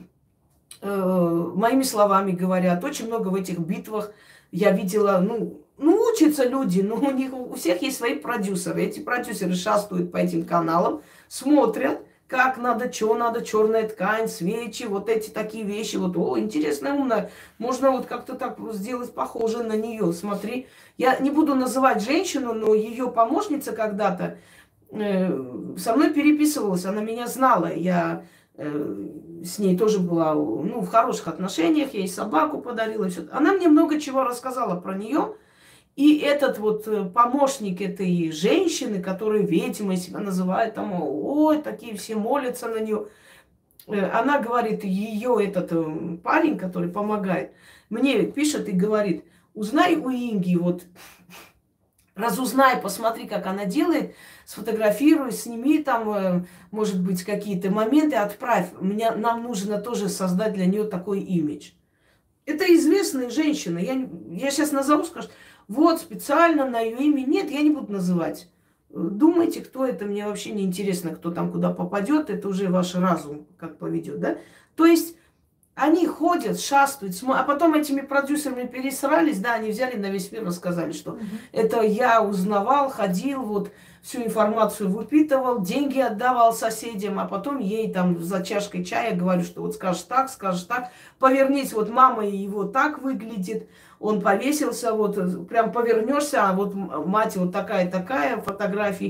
э, моими словами говорят, очень много в этих битвах я видела, ну, ну, учатся люди, но у них у всех есть свои продюсеры. Эти продюсеры шастают по этим каналам, смотрят, как надо, что надо, черная ткань, свечи, вот эти такие вещи. Вот, о, интересная, умная. Можно вот как-то так сделать похоже на нее. Смотри, я не буду называть женщину, но ее помощница когда-то э, со мной переписывалась, она меня знала. Я э, с ней тоже была, ну, в хороших отношениях, я ей собаку подарила. И всё. Она мне много чего рассказала про нее. И этот вот э, помощник этой женщины, которая ведьмой себя называет, там, ой, такие все молятся на нее. Она говорит, ее этот э, парень, который помогает, мне пишет и говорит, узнай у Инги, вот, разузнай, посмотри, как она делает, сфотографируй, сними там, э, может быть, какие-то моменты, отправь. Мне, нам нужно тоже создать для нее такой имидж. Это известная женщина. Я, я сейчас назову, скажу, вот специально на ее имя. Нет, я не буду называть. Думайте, кто это, мне вообще не интересно, кто там куда попадет, это уже ваш разум как поведет, да? То есть они ходят, шастают, смо... а потом этими продюсерами пересрались, да, они взяли на весь мир, рассказали, что Мгм. это я узнавал, ходил, вот всю информацию выпитывал, деньги отдавал соседям, а потом ей там за чашкой чая говорю, что вот скажешь так, скажешь так, повернись, вот мама его так выглядит, он повесился, вот прям повернешься, а вот мать вот такая-такая, фотографии.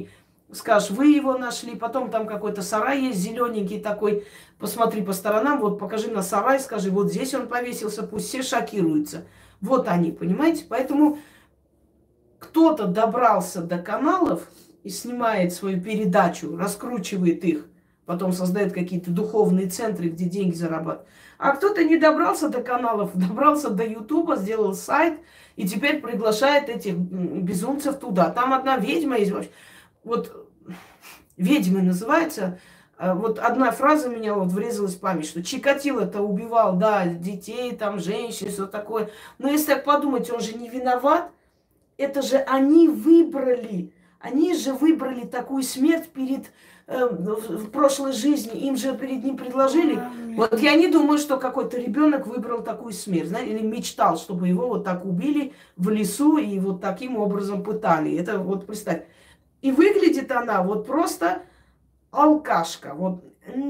скажешь, вы его нашли, потом там какой-то сарай есть, зелененький такой, посмотри по сторонам, вот покажи на сарай, скажи, вот здесь он повесился, пусть все шокируются. Вот они, понимаете? Поэтому кто-то добрался до каналов и снимает свою передачу, раскручивает их, потом создает какие-то духовные центры, где деньги зарабатывают. А кто-то не добрался до каналов, добрался до Ютуба, сделал сайт и теперь приглашает этих безумцев туда. Там одна ведьма есть вообще. Вот ведьмы называется. Вот одна фраза меня вот врезалась в память, что Чикатило-то убивал, да, детей, там, женщин, все такое. Но если так подумать, он же не виноват. Это же они выбрали. Они же выбрали такую смерть перед э, в прошлой жизни. Им же перед ним предложили. Вот я не думаю, что какой-то ребенок выбрал такую смерть, знаете, или мечтал, чтобы его вот так убили в лесу и вот таким образом пытали. Это вот представь. И выглядит она вот просто алкашка. Вот.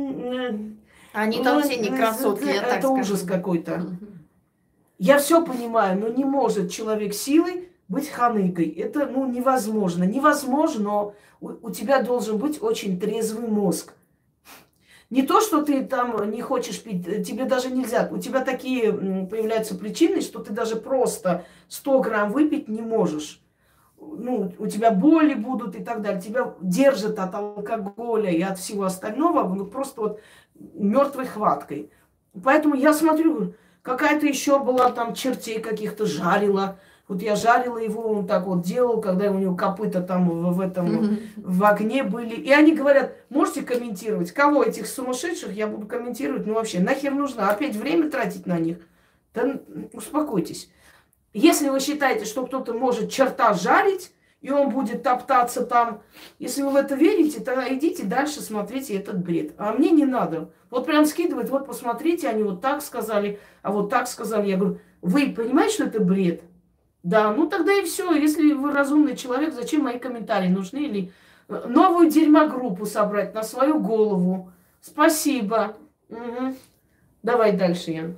Они там все не красотки, я так Это ужас какой-то. Я все понимаю, но не может человек силой быть ханыгой. Это, ну, невозможно. Невозможно. У, у тебя должен быть очень трезвый мозг. Не то, что ты там не хочешь пить, тебе даже нельзя. У тебя такие появляются причины, что ты даже просто сто грамм выпить не можешь. Ну, у тебя боли будут и так далее. Тебя держат от алкоголя и от всего остального, ну, просто вот мертвой хваткой. Поэтому я смотрю, какая-то еще была там чертей каких-то жарила. Вот я жарила его, он так вот делал, когда у него копыта там в, в этом, mm-hmm. в огне были. И они говорят, можете комментировать? Кого этих сумасшедших я буду комментировать? Ну вообще, нахер нужно опять время тратить на них? Да успокойтесь. Если вы считаете, что кто-то может черта жарить, и он будет топтаться там, если вы в это верите, тогда идите дальше, смотрите этот бред. А мне не надо. Вот прям скидывает, вот посмотрите, они вот так сказали, а вот так сказали. Я говорю, вы понимаете, что это бред? Да, ну тогда и все. Если вы разумный человек, зачем мои комментарии нужны? Или новую дерьмогруппу собрать на свою голову. Спасибо. Угу. Давай дальше, Ян.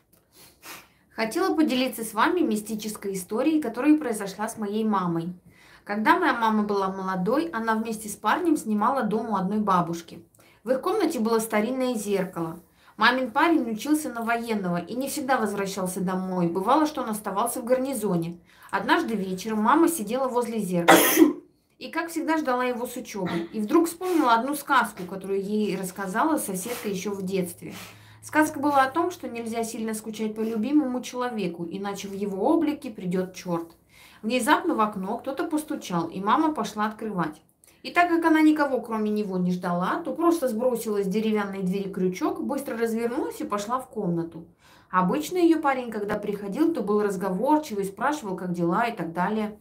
Хотела поделиться с вами мистической историей, которая произошла с моей мамой. Когда моя мама была молодой, она вместе с парнем снимала дом у одной бабушки. В их комнате было старинное зеркало. Мамин парень учился на военного и не всегда возвращался домой. Бывало, что он оставался в гарнизоне. Однажды вечером мама сидела возле зеркала и, как всегда, ждала его с учебы. И вдруг вспомнила одну сказку, которую ей рассказала соседка еще в детстве. Сказка была о том, что нельзя сильно скучать по любимому человеку, иначе в его облике придет черт. Внезапно в окно кто-то постучал, и мама пошла открывать. И так как она никого, кроме него, не ждала, то просто сбросила с деревянной двери крючок, быстро развернулась и пошла в комнату. Обычно ее парень, когда приходил, то был разговорчивый, спрашивал, как дела и так далее.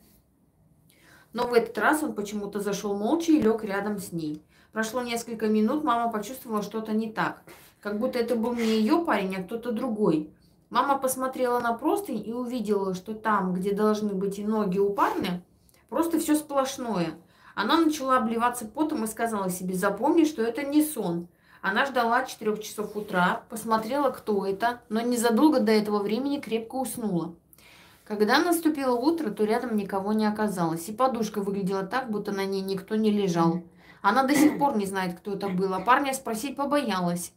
Но в этот раз он почему-то зашел молча и лег рядом с ней. Прошло несколько минут, мама почувствовала что-то не так. Как будто это был не ее парень, а кто-то другой. Мама посмотрела на простынь и увидела, что там, где должны быть и ноги у парня, просто все сплошное. Она начала обливаться потом и сказала себе, запомни, что это не сон. Она ждала четырех часов утра, посмотрела, кто это, но незадолго до этого времени крепко уснула. Когда наступило утро, то рядом никого не оказалось, и подушка выглядела так, будто на ней никто не лежал. Она до сих пор не знает, кто это был, а парня спросить побоялась.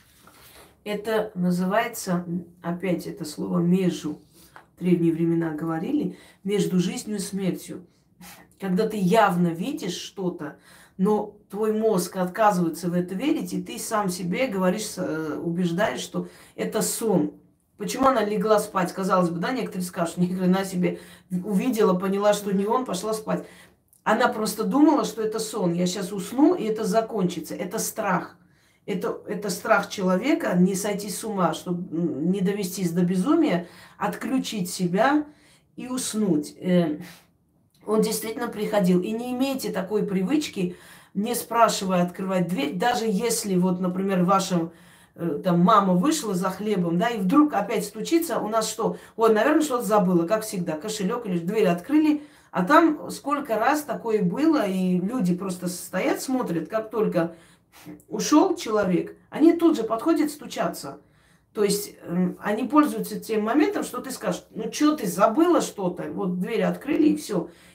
Это называется, опять это слово «межу». В древние времена говорили, между жизнью и смертью. Когда ты явно видишь что-то, но твой мозг отказывается в это верить, и ты сам себе говоришь, убеждаешь, что это сон. Почему она легла спать? Казалось бы, да, некоторые скажут, ни хрена себе, увидела, поняла, что не он, пошла спать. Она просто думала, что это сон. Я сейчас усну, и это закончится. Это страх. Это, это страх человека не сойти с ума, чтобы не довестись до безумия, отключить себя и уснуть. Он действительно приходил. И не имейте такой привычки, не спрашивая открывать дверь, даже если, вот, например, ваша там, мама вышла за хлебом, да, и вдруг опять стучится, у нас что? Ой, наверное, что-то забыла, как всегда, кошелек или дверь открыли, а там сколько раз такое было, и люди просто стоят, смотрят, как только ушел человек, они тут же подходят стучаться. То есть э, они пользуются тем моментом, что ты скажешь, ну что ты забыла что-то, вот дверь открыли и все.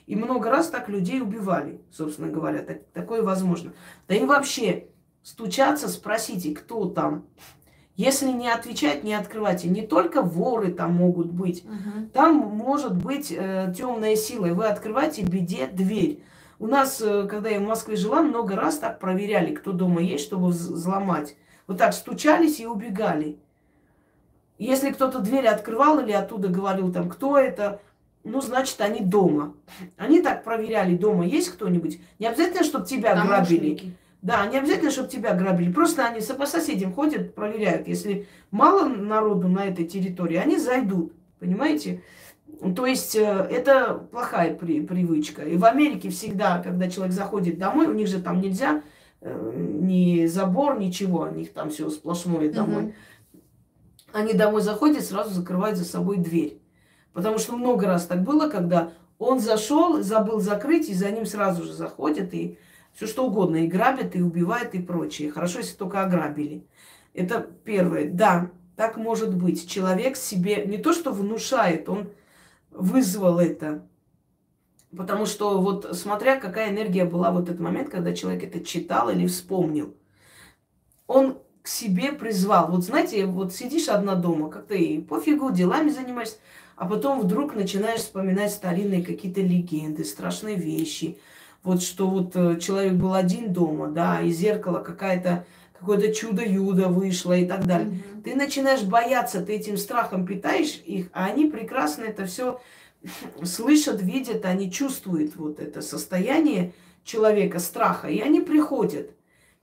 И много раз так людей убивали, собственно говоря. Так, такое возможно. Да и вообще, стучаться, спросите, кто там. Если не отвечать, не открывайте. Не только воры там могут быть. Угу. Там может быть э, темная сила. И вы открываете беде дверь. У нас, э, когда я в Москве жила, много раз так проверяли, кто дома есть, чтобы взломать. Вот так стучались и убегали. Если кто-то дверь открывал или оттуда говорил там, кто это, ну, значит, они дома. Они так проверяли, дома есть кто-нибудь. Не обязательно, чтобы тебя грабили. Да, не обязательно, чтобы тебя грабили. Просто они по соседям ходят, проверяют. Если мало народу на этой территории, они зайдут. Понимаете? То есть э, это плохая при, привычка. И в Америке всегда, когда человек заходит домой, у них же там нельзя э, ни забор, ничего. У них там все сплошное домой. Угу. Они домой заходят, сразу закрывают за собой дверь. Потому что много раз так было, когда он зашел, забыл закрыть, и за ним сразу же заходят, и все что угодно, и грабят, и убивают, и прочее. Хорошо, если только ограбили. Это первое. Да, так может быть. Человек себе не то что внушает, он вызвал это. Потому что вот смотря какая энергия была в этот момент, когда человек это читал или вспомнил. Он к себе призвал. Вот знаете, вот сидишь одна дома, как-то и пофигу, делами занимаешься, а потом вдруг начинаешь вспоминать старинные какие-то легенды, страшные вещи. Вот что вот человек был один дома, да, и зеркало какая-то, какое-то чудо-юдо вышло и так далее. Mm-hmm. Ты начинаешь бояться, ты этим страхом питаешь их, а они прекрасно это все слышат, видят, они чувствуют вот это состояние человека, страха, и они приходят.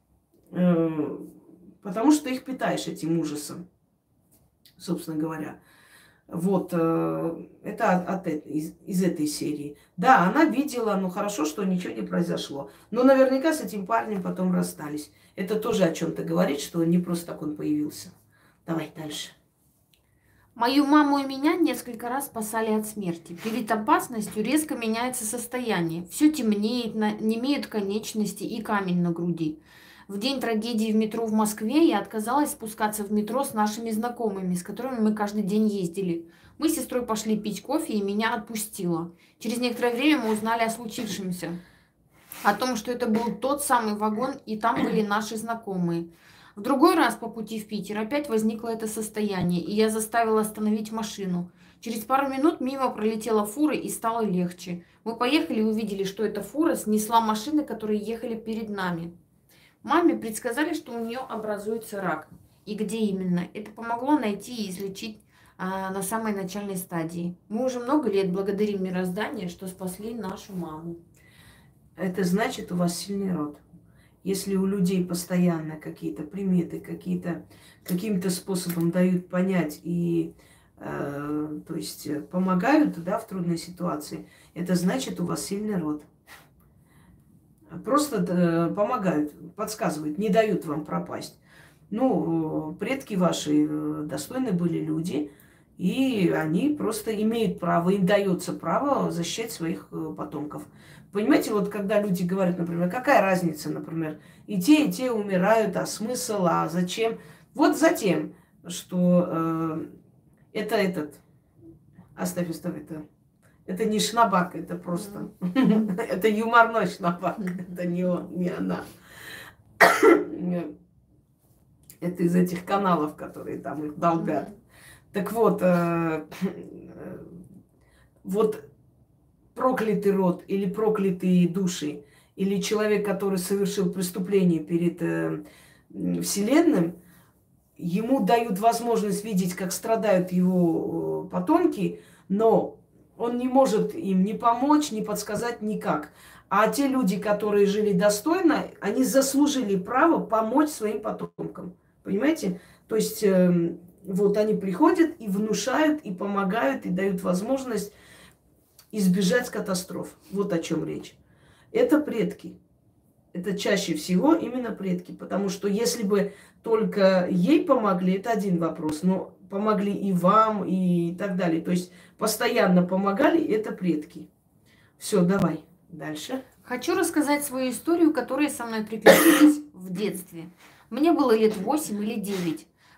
Потому что ты их питаешь этим ужасом, собственно говоря. Вот, э, это от, от, из, из этой серии. Да, она видела, ну хорошо, что ничего не произошло. Но наверняка с этим парнем потом расстались. Это тоже о чем-то говорит, что не просто так он появился. Давай дальше. Мою маму и меня несколько раз спасали от смерти. Перед опасностью резко меняется состояние. Все темнеет, немеют конечности и камень на груди. В день трагедии в метро в Москве я отказалась спускаться в метро с нашими знакомыми, с которыми мы каждый день ездили. Мы с сестрой пошли пить кофе, и меня отпустило. Через некоторое время мы узнали о случившемся. О том, что это был тот самый вагон, и там были наши знакомые. В другой раз по пути в Питер опять возникло это состояние, и я заставила остановить машину. Через пару минут мимо пролетела фура, и стало легче. Мы поехали и увидели, что эта фура снесла машины, которые ехали перед нами. Маме предсказали, что у нее образуется рак. И где именно? Это помогло найти и излечить а, на самой начальной стадии. Мы уже много лет благодарим мироздание, что спасли нашу маму. Это значит, у вас сильный род. Если у людей постоянно какие-то приметы, какие-то, каким-то способом дают понять и э, то есть помогают, да, в трудной ситуации, это значит, у вас сильный род. Просто э, помогают, подсказывают, не дают вам пропасть. Ну, предки ваши достойны были люди, и они просто имеют право, им дается право защищать своих потомков. Понимаете, вот когда люди говорят, например, какая разница, например, и те, и те умирают, а смысл, а зачем? Вот затем, что э, это этот, оставь, оставь это. Это не Шнабак, это просто... Mm-hmm. Это юморной Шнабак, mm-hmm. Это не он, не она. Это из этих каналов, которые там их долбят. Mm-hmm. Так вот, э, э, вот проклятый род или проклятые души, или человек, который совершил преступление перед э, Вселенным, ему дают возможность видеть, как страдают его э, потомки, но он не может им ни помочь, ни подсказать никак. А те люди, которые жили достойно, они заслужили право помочь своим потомкам. Понимаете? То есть э, вот они приходят и внушают, и помогают, и дают возможность избежать катастроф. Вот о чем речь. Это предки. Это чаще всего именно предки. Потому что если бы только ей помогли, это один вопрос. Но помогли и вам, и так далее. То есть постоянно помогали, это предки. Все, давай дальше. Хочу рассказать свою историю, которая со мной приключилась в детстве. Мне было лет восемь или девять.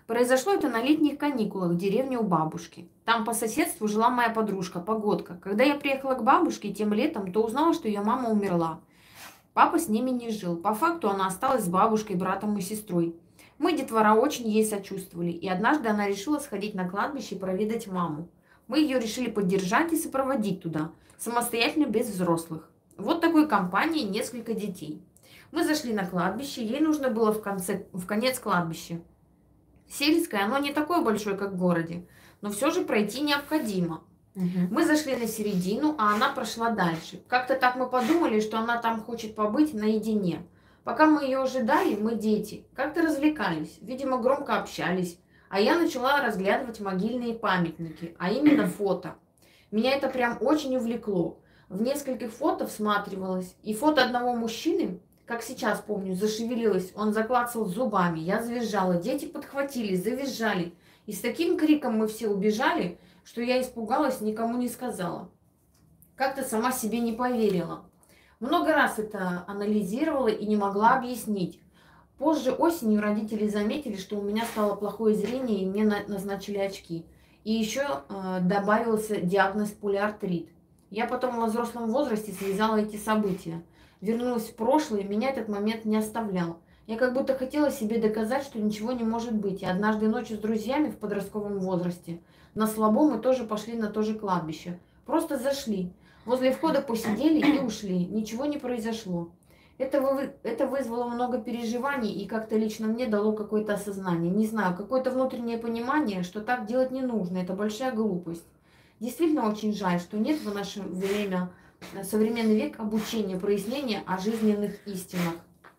Произошло это на летних каникулах в деревне у бабушки. Там по соседству жила моя подружка, Погодка. Когда я приехала к бабушке тем летом, то узнала, что ее мама умерла. Папа с ними не жил. По факту она осталась с бабушкой, братом и сестрой. Мы, детвора, очень ей сочувствовали, и однажды она решила сходить на кладбище и проведать маму. Мы ее решили поддержать и сопроводить туда, самостоятельно, без взрослых. Вот такой компании несколько детей. Мы зашли на кладбище, ей нужно было в, конце, в конец кладбища. Сельское, оно не такое большое, как в городе, но все же пройти необходимо. Угу. Мы зашли на середину, а она прошла дальше. Как-то так мы подумали, что она там хочет побыть наедине. Пока мы ее ожидали, мы, дети, как-то развлекались, видимо, громко общались. А я начала разглядывать могильные памятники, а именно фото. Меня это прям очень увлекло. В нескольких фото всматривалась. И фото одного мужчины, как сейчас помню, зашевелилось. Он заклацал зубами, я завизжала. Дети подхватили, завизжали. И с таким криком мы все убежали, что я испугалась, никому не сказала. Как-то сама себе не поверила. Много раз это анализировала и не могла объяснить. Позже осенью родители заметили, что у меня стало плохое зрение, и мне назначили очки. И еще э, добавился диагноз полиартрит. Я потом во взрослом возрасте связала эти события. Вернулась в прошлое, меня этот момент не оставлял. Я как будто хотела себе доказать, что ничего не может быть. И однажды ночью с друзьями в подростковом возрасте на слабо мы тоже пошли на то же кладбище. Просто зашли. Возле входа посидели и ушли. Ничего не произошло. Это, вы, это вызвало много переживаний и как-то лично мне дало какое-то осознание. Не знаю, какое-то внутреннее понимание, что так делать не нужно. Это большая глупость. Действительно очень жаль, что нет в наше время, современный век, обучения, прояснения о жизненных истинах.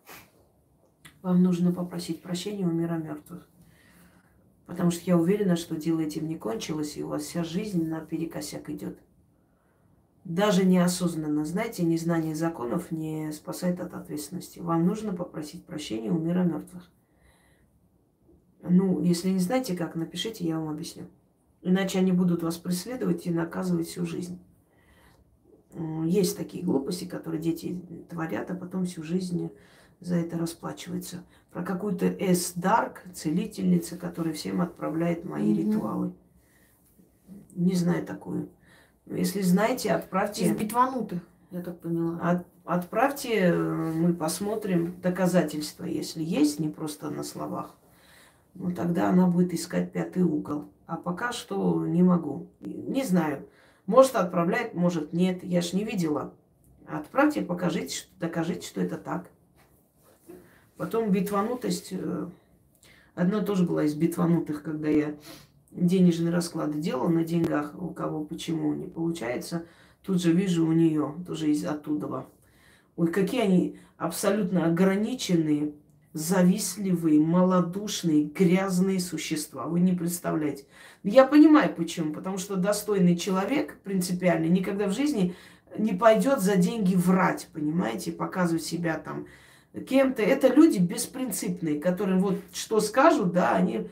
Вам нужно попросить прощения у мира мертвых. Потому что я уверена, что дело этим не кончилось, и у вас вся жизнь наперекосяк идет. Даже неосознанно, знаете, незнание законов не спасает от ответственности. Вам нужно попросить прощения у мира мертвых. Ну, если не знаете как, напишите, я вам объясню. Иначе они будут вас преследовать и наказывать всю жизнь. Есть такие глупости, которые дети творят, а потом всю жизнь за это расплачиваются. Про какую-то эс-дарк, целительницу, которая всем отправляет мои mm-hmm. ритуалы. Не знаю такую. Если знаете, отправьте... Из битванутых, я так поняла. От, отправьте, мы посмотрим доказательства, если есть, не просто на словах. Ну, тогда она будет искать пятый угол. А пока что не могу. Не знаю. Может, отправляет, может, нет. Я ж не видела. Отправьте, покажите, докажите, что это так. Потом битванутость. Одна тоже была из битванутых, когда я денежные расклады делала на деньгах, у кого почему не получается. Тут же вижу у нее, тоже из оттуда. Ой, какие они абсолютно ограниченные, завистливые, малодушные, грязные существа. Вы не представляете. Я понимаю почему. Потому что достойный человек, принципиально, никогда в жизни не пойдет за деньги врать, понимаете, показывать себя там кем-то. Это люди беспринципные, которые вот что скажут, да, они...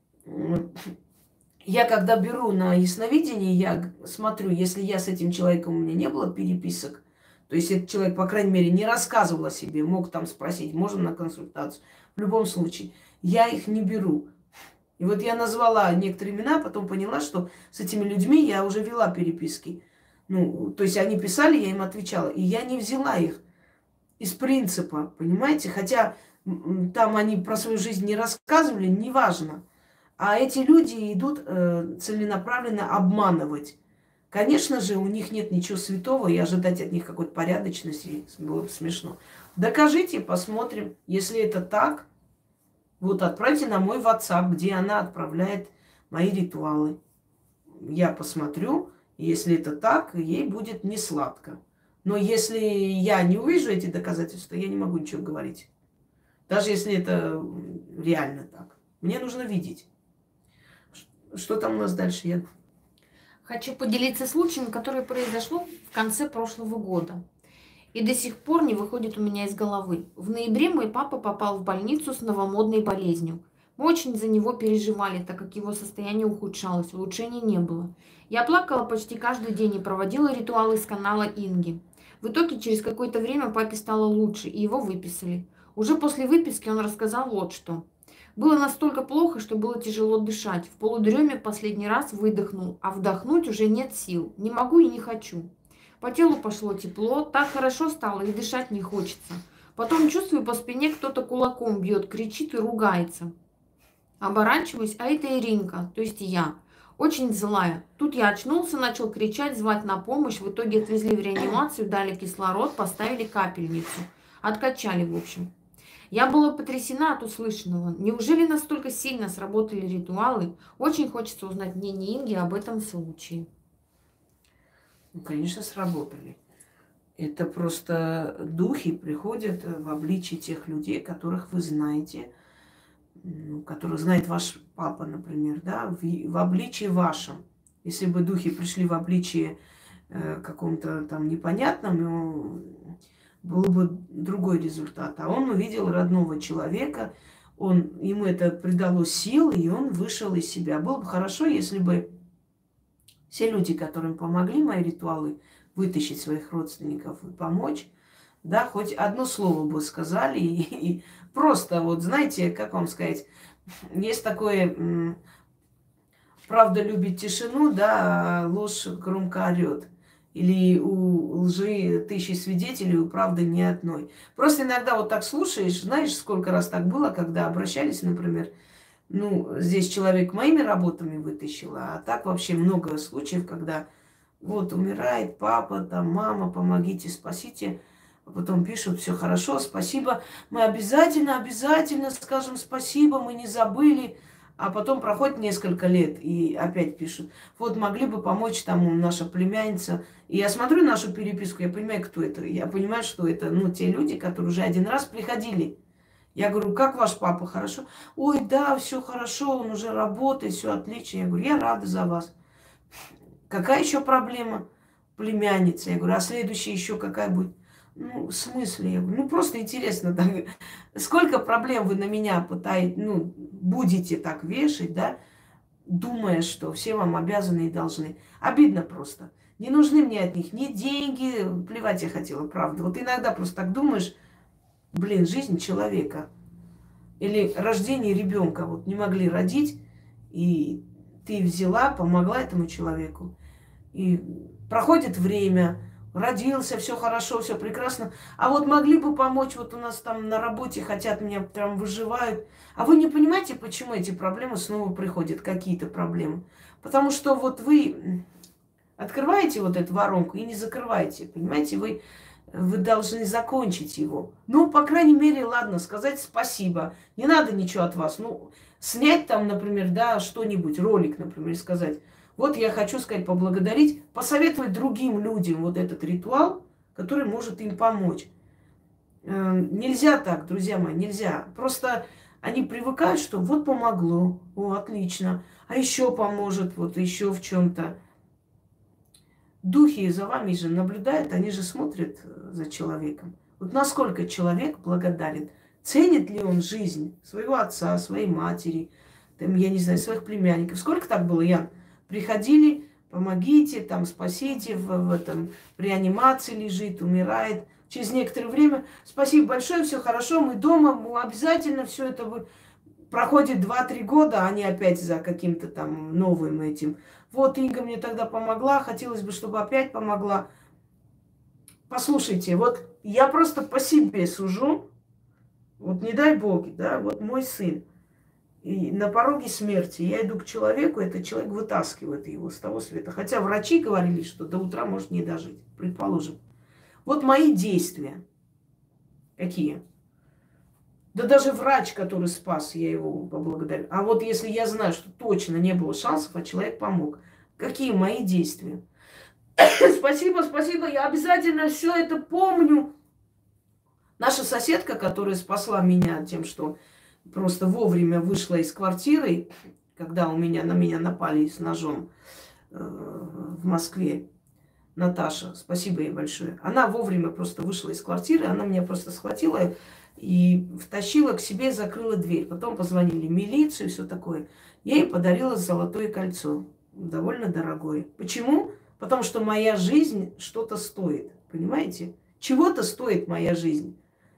Я когда беру на ясновидение, я смотрю, если я с этим человеком, у меня не было переписок, то есть этот человек, по крайней мере, не рассказывал о себе, мог там спросить, можно на консультацию. В любом случае, я их не беру. И вот я назвала некоторые имена, потом поняла, что с этими людьми я уже вела переписки. Ну, то есть они писали, я им отвечала. И я не взяла их из принципа, понимаете? Хотя там они про свою жизнь не рассказывали, неважно. А эти люди идут э, целенаправленно обманывать. Конечно же, у них нет ничего святого, и ожидать от них какой-то порядочности было бы смешно. Докажите, посмотрим. Если это так, вот отправьте на мой WhatsApp, где она отправляет мои ритуалы. Я посмотрю, если это так, ей будет не сладко. Но если я не увижу эти доказательства, я не могу ничего говорить. Даже если это реально так. Мне нужно видеть. Что там у нас дальше, Ян? Хочу поделиться случаем, который произошло в конце прошлого года. И до сих пор не выходит у меня из головы. В ноябре мой папа попал в больницу с новомодной болезнью. Мы очень за него переживали, так как его состояние ухудшалось, улучшений не было. Я плакала почти каждый день и проводила ритуалы с канала Инги. В итоге через какое-то время папе стало лучше, и его выписали. Уже после выписки он рассказал вот что. Было настолько плохо, что было тяжело дышать. В полудреме последний раз выдохнул, а вдохнуть уже нет сил. Не могу и не хочу. По телу пошло тепло, так хорошо стало и дышать не хочется. Потом чувствую, по спине кто-то кулаком бьет, кричит и ругается. Оборачиваюсь, а это Иринка, то есть я. Очень злая. Тут я очнулся, начал кричать, звать на помощь. В итоге отвезли в реанимацию, дали кислород, поставили капельницу. Откачали, в общем. Я была потрясена от услышанного. Неужели настолько сильно сработали ритуалы? Очень хочется узнать мнение Инги об этом случае. Ну, конечно, сработали. Это просто духи приходят в обличие тех людей, которых вы знаете, ну, которых знает ваш папа, например, да, в, в обличии вашем. Если бы духи пришли в обличие э, каком-то там непонятном, ну, был бы другой результат. А он увидел родного человека, он, ему это придало сил, и он вышел из себя. Было бы хорошо, если бы все люди, которым помогли мои ритуалы вытащить своих родственников и помочь, да, хоть одно слово бы сказали, и, и просто, вот знаете, как вам сказать, есть такое, правда любит тишину, да, а ложь громко орет. Или у лжи тысячи свидетелей, у правды ни одной. Просто иногда вот так слушаешь, знаешь, сколько раз так было, когда обращались, например, ну, здесь человек моими работами вытащил, а так вообще много случаев, когда вот умирает папа, там, мама, помогите, спасите. А потом пишут, все хорошо, спасибо. Мы обязательно, обязательно скажем спасибо, мы не забыли. А потом проходит несколько лет и опять пишут. Вот могли бы помочь там наша племянница. И я смотрю нашу переписку, я понимаю, кто это. Я понимаю, что это, ну, те люди, которые уже один раз приходили. Я говорю, как ваш папа, хорошо? Ой, да, все хорошо, он уже работает, все отлично. Я говорю, я рада за вас. Какая еще проблема? Племянница. Я говорю, а следующая еще какая будет? Ну, в смысле? Я говорю, ну, просто интересно. Так, сколько проблем вы на меня пытаетесь, ну, будете так вешать, да, думая, что все вам обязаны и должны. Обидно просто. Не нужны мне от них ни деньги, плевать я хотела, правда. Вот иногда просто так думаешь, блин, жизнь человека. Или рождение ребенка. Вот не могли родить, и ты взяла, помогла этому человеку. И проходит время, родился, все хорошо, все прекрасно. А вот могли бы помочь, вот у нас там на работе хотят меня, прям выживают. А вы не понимаете, почему эти проблемы снова приходят, какие-то проблемы? Потому что вот вы открываете вот эту воронку и не закрываете, понимаете? Вы, вы должны закончить его. Ну, по крайней мере, ладно, сказать спасибо. Не надо ничего от вас. Ну, снять там, например, да, что-нибудь, ролик, например, сказать. Вот я хочу сказать, поблагодарить, посоветовать другим людям вот этот ритуал, который может им помочь. Э, нельзя так, друзья мои, нельзя. Просто они привыкают, что вот помогло, о, отлично, а еще поможет, вот еще в чем-то. Духи за вами же наблюдают, они же смотрят за человеком. Вот насколько человек благодарен, ценит ли он жизнь своего отца, своей матери, там, я не знаю, своих племянников. Сколько так было, Ян? Приходили, помогите, там, спасите, в, в этом в реанимации лежит, умирает. Через некоторое время, спасибо большое, все хорошо, мы дома, мы обязательно все это вы... Проходит два-три года, они опять за каким-то там новым этим. Вот Инга мне тогда помогла, хотелось бы, чтобы опять помогла. Послушайте, вот я просто по себе сужу, вот не дай Бог, да, вот мой сын. И на пороге смерти я иду к человеку, этот человек вытаскивает его с того света. Хотя врачи говорили, что до утра может не дожить, предположим. Вот мои действия. Какие? Да даже врач, который спас, я его поблагодарю. А вот если я знаю, что точно не было шансов, а человек помог. Какие мои действия? Спасибо, спасибо, я обязательно все это помню. Наша соседка, которая спасла меня тем, что просто вовремя вышла из квартиры, когда у меня, на меня напали с ножом э, в Москве. Наташа, спасибо ей большое. Она вовремя просто вышла из квартиры, она меня просто схватила и втащила к себе, закрыла дверь. Потом позвонили в милицию и все такое. Я ей подарила золотое кольцо, довольно дорогое. Почему? Потому что моя жизнь что-то стоит, понимаете? Чего-то стоит моя жизнь.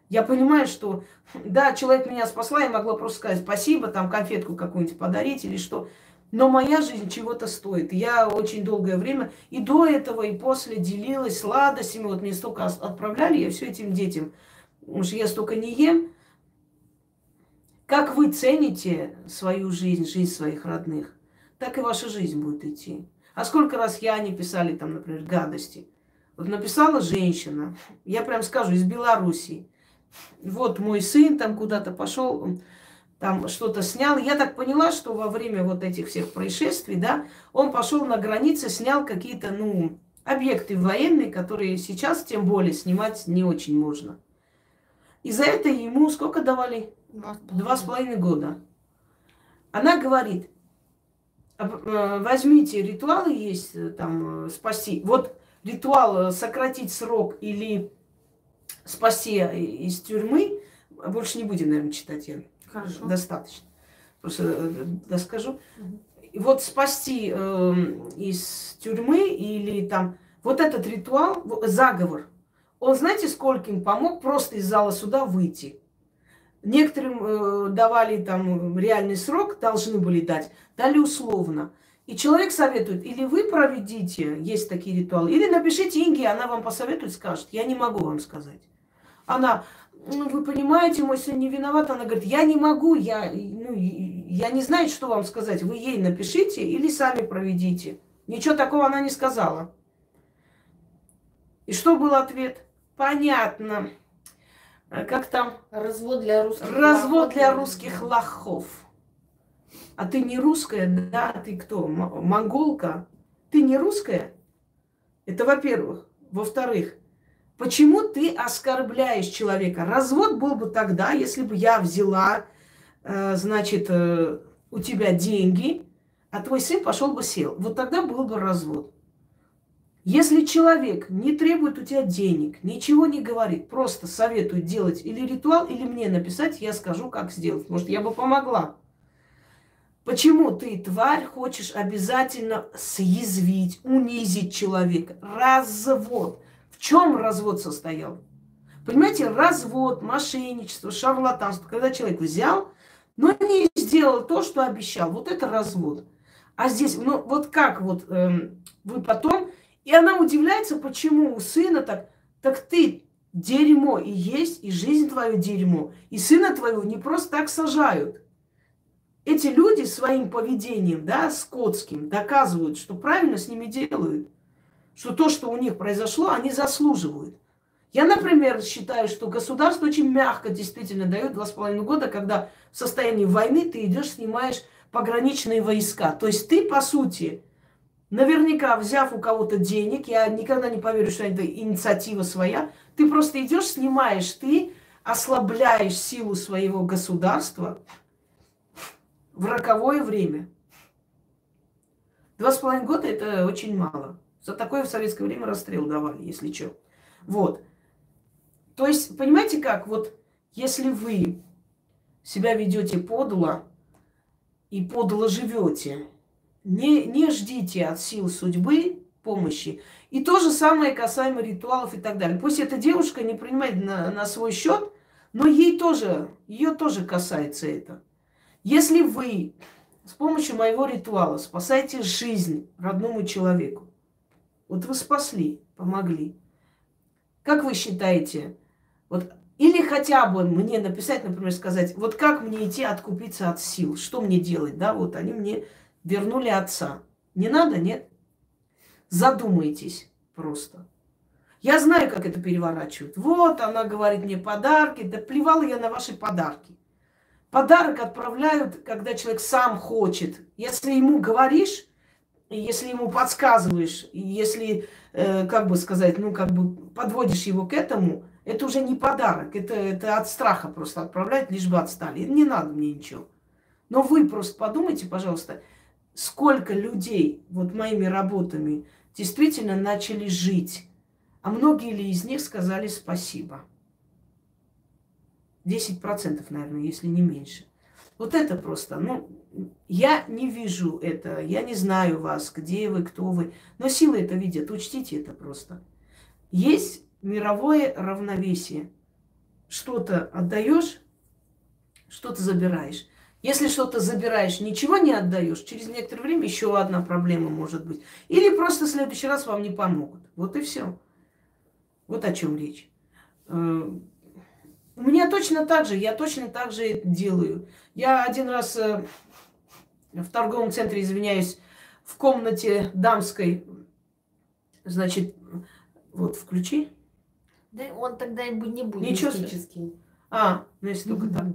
Я понимаю, что, да, человек меня спасла, я могла просто сказать спасибо, там конфетку какую-нибудь подарить или что. Но моя жизнь чего-то стоит. Я очень долгое время и до этого, и после делилась сладостями. Вот мне столько отправляли, я все этим детям. Потому что я столько не ем. Как вы цените свою жизнь, жизнь своих родных, так и ваша жизнь будет идти. А сколько раз я не писали там, например, гадости. Вот написала женщина, я прям скажу, из Белоруссии. Вот мой сын там куда-то пошел, там что-то снял. Я так поняла, что во время вот этих всех происшествий, да, он пошел на границе, снял какие-то, ну, объекты военные, которые сейчас, тем более, снимать не очень можно. И за это ему сколько давали? Два с половиной года. Она говорит, возьмите ритуалы есть, там, спаси. Вот ритуал сократить срок или спаси из тюрьмы, больше не будем, наверное, читать, я. Хорошо. Достаточно. Просто доскажу. И вот спасти э, из тюрьмы или там, вот этот ритуал, заговор, он, знаете, скольким помог просто из зала суда выйти? Некоторым э, давали там реальный срок, должны были дать, дали условно. И человек советует, или вы проведите, есть такие ритуалы, или напишите Инге, она вам посоветует, скажет. Я не могу вам сказать. Она, ну, вы понимаете, мой сын не виноват. Она говорит, я не могу, я, ну, я не знаю, что вам сказать. Вы ей напишите или сами проведите. Ничего такого она не сказала. И что был ответ? Понятно. Как там? Развод для русских Развод лохов. для русских лохов. А ты не русская, да? Ты кто? М- монголка? Ты не русская? Это во-первых. Во-вторых, почему ты оскорбляешь человека? Развод был бы тогда, если бы я взяла, э, значит, э, у тебя деньги, а твой сын пошел бы сел. Вот тогда был бы развод. Если человек не требует у тебя денег, ничего не говорит, просто советует делать или ритуал, или мне написать, я скажу, как сделать. Может, я бы помогла. Почему ты, тварь, хочешь обязательно съязвить, унизить человека? Развод. В чем развод состоял? Понимаете, развод, мошенничество, шарлатанство. Когда человек взял, но не сделал то, что обещал. Вот это развод. А здесь, ну вот как вот эм, вы потом... И она удивляется, почему у сына так... Так ты дерьмо и есть, и жизнь твою дерьмо. И сына твоего не просто так сажают. Эти люди своим поведением, да, скотским, доказывают, что правильно с ними делают. Что то, что у них произошло, они заслуживают. Я, например, считаю, что государство очень мягко действительно дает два с половиной года, когда в состоянии войны ты идешь, снимаешь пограничные войска. То есть ты, по сути, наверняка взяв у кого-то денег, я никогда не поверю, что это инициатива своя, ты просто идешь, снимаешь, ты ослабляешь силу своего государства в роковое время. Два с половиной года это очень мало. За такое в советское время расстрел давали, если что. Вот. То есть, понимаете как, вот если вы себя ведете подло и подло живете, не, не ждите от сил судьбы помощи. И то же самое касаемо ритуалов и так далее. Пусть эта девушка не принимает на, на свой счет, но ей тоже, ее тоже касается это. Если вы с помощью моего ритуала спасаете жизнь родному человеку, вот вы спасли, помогли. Как вы считаете, вот, или хотя бы мне написать, например, сказать, вот как мне идти откупиться от сил, что мне делать, да, вот они мне вернули отца. Не надо, нет? Задумайтесь просто. Я знаю, как это переворачивают. Вот, она говорит мне подарки, да плевала я на ваши подарки. Подарок отправляют, когда человек сам хочет. Если ему говоришь, если ему подсказываешь, если, э, как бы сказать, ну, как бы подводишь его к этому, это уже не подарок, это, это от страха просто отправляют, лишь бы отстали. Не надо мне ничего. Но вы просто подумайте, пожалуйста, сколько людей вот моими работами действительно начали жить, а многие ли из них сказали спасибо? десять процентов, наверное, если не меньше. Вот это просто, ну, я не вижу это, я не знаю вас, где вы, кто вы, но силы это видят, учтите это просто. Есть мировое равновесие. что-то отдаешь, что-то забираешь. Если что-то забираешь, ничего не отдаешь, через некоторое время еще одна проблема может быть. Или просто в следующий раз вам не помогут. Вот и все. Вот о чем речь. Э, У меня точно так же, я точно так же это делаю. Я один раз э, в торговом центре, извиняюсь, в комнате дамской, значит, вот включи. Да он тогда и бу- не будет Ничего себе. мистическим. А, ну если только так.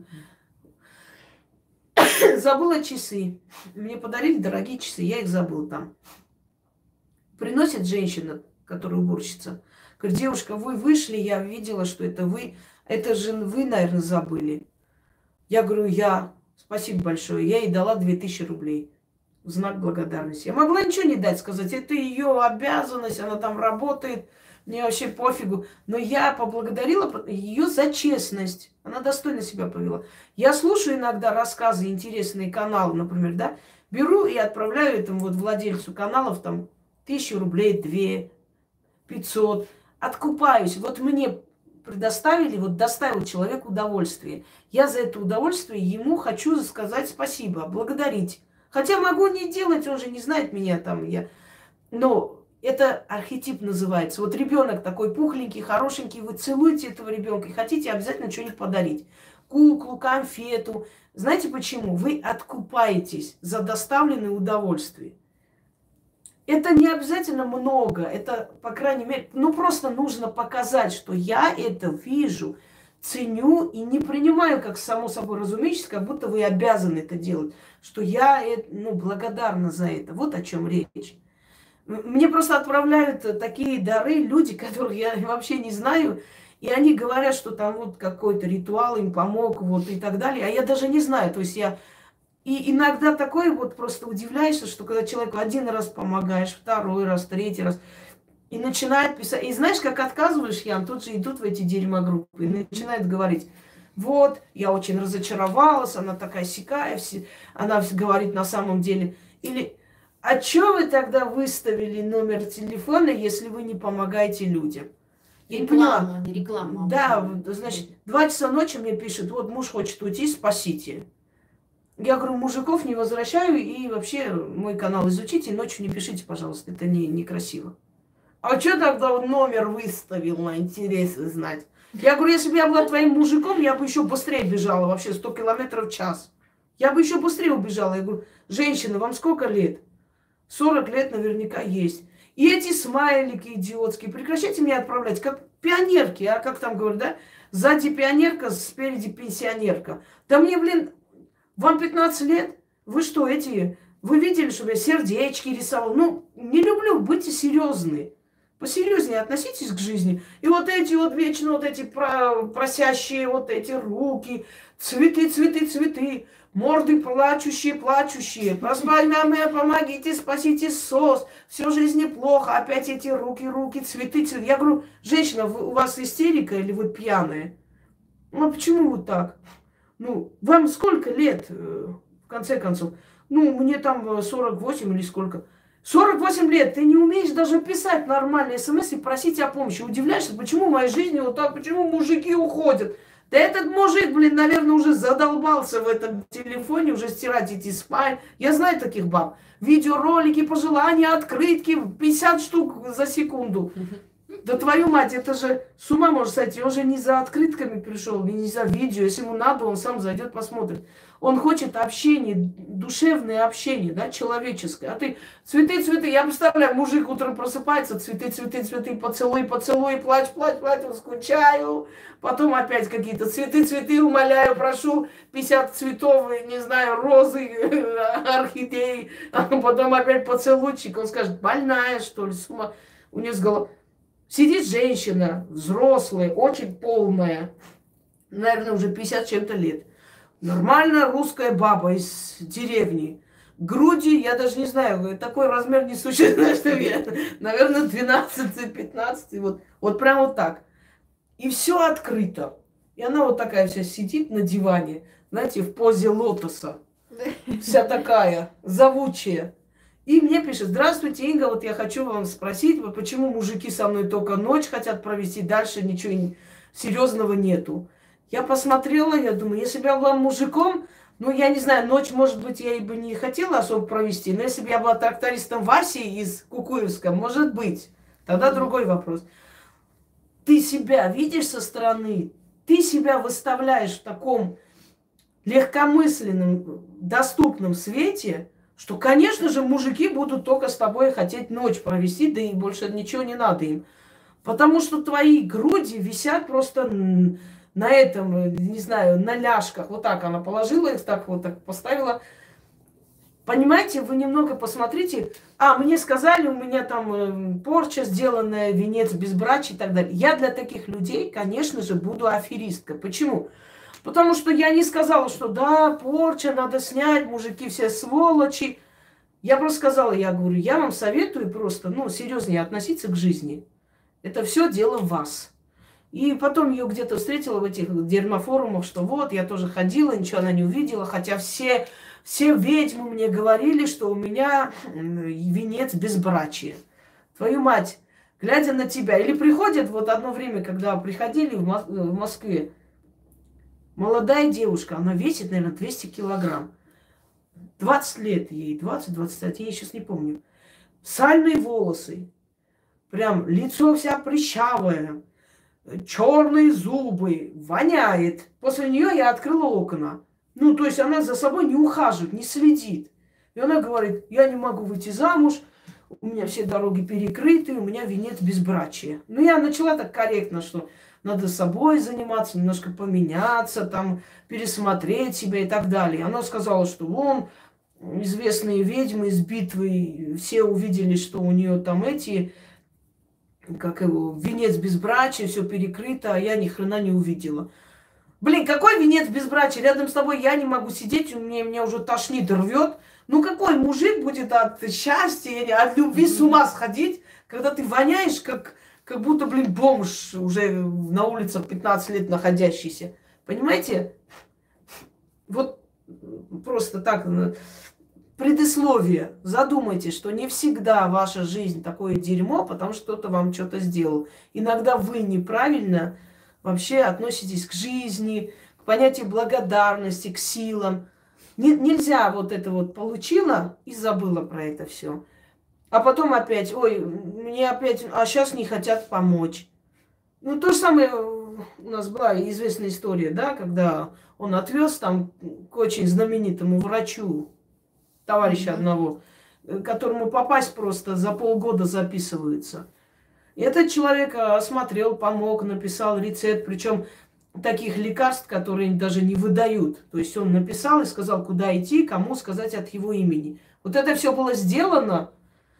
Забыла часы. Мне подарили дорогие часы, я их забыла там. Приносит женщина, которая уборщица. Говорит, девушка, вы вышли, я видела, что это вы. Это же вы, наверное, забыли. Я говорю, я. Спасибо большое. Я ей дала две тысячи рублей. В знак благодарности. Я могла ничего не дать, сказать, это ее обязанность, она там работает. Мне вообще пофигу. Но я поблагодарила ее за честность. Она достойно себя повела. Я слушаю иногда рассказы, интересные каналы, например, да. Беру и отправляю этому вот владельцу каналов там тысячу рублей, две, пятьсот. Откупаюсь. Вот мне предоставили, вот доставил человек удовольствие. Я за это удовольствие ему хочу сказать спасибо, благодарить. Хотя могу не делать, он же не знает меня там. Я... Но это архетип называется. Вот ребенок такой пухленький, хорошенький, вы целуете этого ребенка и хотите обязательно что-нибудь подарить. Куклу, конфету. Знаете почему? Вы откупаетесь за доставленное удовольствие. Это не обязательно много, это, по крайней мере, ну просто нужно показать, что я это вижу, ценю и не принимаю как само собой разумеющееся, как будто вы обязаны это делать, что я ну, благодарна за это. Вот о чем речь. Мне просто отправляют такие дары люди, которых я вообще не знаю, и они говорят, что там вот какой-то ритуал им помог, вот и так далее, а я даже не знаю, то есть я... И иногда такое вот просто удивляешься, что когда человеку один раз помогаешь, второй раз, третий раз, и начинает писать. И знаешь, как отказываешь, Ян, тут же идут в эти дерьмогруппы и начинает говорить, вот, я очень разочаровалась, она такая сякая, все, она говорит на самом деле. Или, а что вы тогда выставили номер телефона, если вы не помогаете людям? Я не поняла. Реклама. Да, значит, два часа ночи мне пишет, вот муж хочет уйти, спасите. Я говорю, мужиков не возвращаю, и вообще мой канал изучите, ночью не пишите, пожалуйста, это не, некрасиво. А что тогда он номер выставил, на интерес знать? Я говорю, если бы я была твоим мужиком, я бы еще быстрее бежала, вообще сто километров в час. Я бы еще быстрее убежала. Я говорю, женщина, вам сколько лет? сорок лет наверняка есть. И эти смайлики идиотские, прекращайте мне отправлять, как пионерки, а как там говорят, да? Сзади пионерка, спереди пенсионерка. Да мне, блин... Вам пятнадцать лет? Вы что, эти... Вы видели, что я сердечки рисовал? Ну, не люблю, будьте серьезны. Посерьезнее относитесь к жизни. И вот эти вот вечно вот эти про, просящие вот эти руки, цветы, цветы, цветы, морды плачущие, плачущие. Проспальная, помогите, спасите сос. Все жизнь неплохо. Опять эти руки, руки, цветы, цветы. Я говорю, женщина, вы, у вас истерика или вы пьяная? Ну, а почему вы так? Ну, вам сколько лет, в конце концов? Ну, мне там сорок восемь или сколько. сорок восемь лет, ты не умеешь даже писать нормальные смс и просить о помощи. Удивляешься, почему в моей жизни вот так, почему мужики уходят? Да этот мужик, блин, наверное, уже задолбался в этом телефоне, уже стирать эти спай. Я знаю таких баб. Видеоролики, пожелания, открытки, пятьдесят штук за секунду. Да твою мать, это же с ума может сойти. Он же не за открытками пришел, не за видео. Если ему надо, он сам зайдет, посмотрит. Он хочет общения, душевное общение, да, человеческое. А ты цветы, цветы. Я представляю, мужик утром просыпается, цветы, цветы, цветы, поцелуй, поцелуй, плачь, плачь, плачь, скучаю. Потом опять какие-то цветы, цветы, умоляю, прошу, пятьдесят цветов, не знаю, розы, орхидеи. А потом опять поцелуйчик. Он скажет, больная, что ли, с ума. У нее с головы. Сидит женщина, взрослая, очень полная, наверное, уже пятьдесят чем-то лет. Нормальная русская баба из деревни. Груди, я даже не знаю, такой размер не существует, что я, наверное, двенадцать-пятнадцать, вот, вот прям вот так. И все открыто. И она вот такая вся сидит на диване, знаете, в позе лотоса. Вся такая, зовучая. И мне пишет, здравствуйте, Инга, вот я хочу вам спросить, вот почему мужики со мной только ночь хотят провести, дальше ничего серьезного нету. Я посмотрела, я думаю, если бы я была мужиком, ну, я не знаю, ночь, может быть, я и бы не хотела особо провести, но если бы я была трактористом Васей из Кукуевска, может быть, тогда другой вопрос. Ты себя видишь со стороны, ты себя выставляешь в таком легкомысленном, доступном свете, что, конечно же, мужики будут только с тобой хотеть ночь провести, да и больше ничего не надо им. Потому что твои груди висят просто на этом, не знаю, на ляжках. Вот так она положила их, так вот так поставила. Понимаете, вы немного посмотрите. А, мне сказали, у меня там э, порча сделанная, венец безбрачия и так далее. Я для таких людей, конечно же, буду аферисткой. Почему? Потому что я не сказала, что да, порча, надо снять, мужики все сволочи. Я просто сказала, я говорю, я вам советую просто, ну, серьезнее относиться к жизни. Это все дело в вас. И потом ее где-то встретила в этих дерьмофорумах, что вот, я тоже ходила, ничего она не увидела, хотя все, все ведьмы мне говорили, что у меня венец безбрачия. Твою мать, глядя на тебя. Или приходят, вот одно время, когда приходили в, Мос- в Москве, молодая девушка, она весит, наверное, двести килограмм. двадцать лет ей, двадцать-двадцать один, я сейчас не помню. Сальные волосы, прям лицо вся прыщавое, черные зубы, воняет. После нее я открыла окна. Ну, то есть она за собой не ухаживает, не следит. И она говорит, я не могу выйти замуж, у меня все дороги перекрыты, у меня венец безбрачия. Ну, я начала так корректно, что надо собой заниматься, немножко поменяться, там, пересмотреть себя и так далее. Она сказала, что вон, известные ведьмы из битвы, все увидели, что у нее там эти, как его, венец безбрачия, все перекрыто, а я ни хрена не увидела. Блин, какой венец безбрачия? Рядом с тобой я не могу сидеть, у меня, меня уже тошнит, рвет. Ну какой мужик будет от счастья или от любви с ума сходить, когда ты воняешь, как, как будто, блин, бомж уже на улице пятнадцать лет находящийся. Понимаете? Вот просто так, предисловие. Задумайтесь, что не всегда ваша жизнь такое дерьмо, потому что кто-то вам что-то сделал. Иногда вы неправильно вообще относитесь к жизни, к понятию благодарности, к силам. Не, нельзя вот это вот получила и забыла про это все. А потом опять, ой, мне опять, а сейчас не хотят помочь. Ну, то же самое у нас была известная история, да, когда он отвез там к очень знаменитому врачу, товарища одного, которому попасть просто за полгода записывается. И этот человек осмотрел, помог, написал рецепт, причем таких лекарств, которые даже не выдают. То есть он написал и сказал, куда идти, кому сказать от его имени. Вот это все было сделано,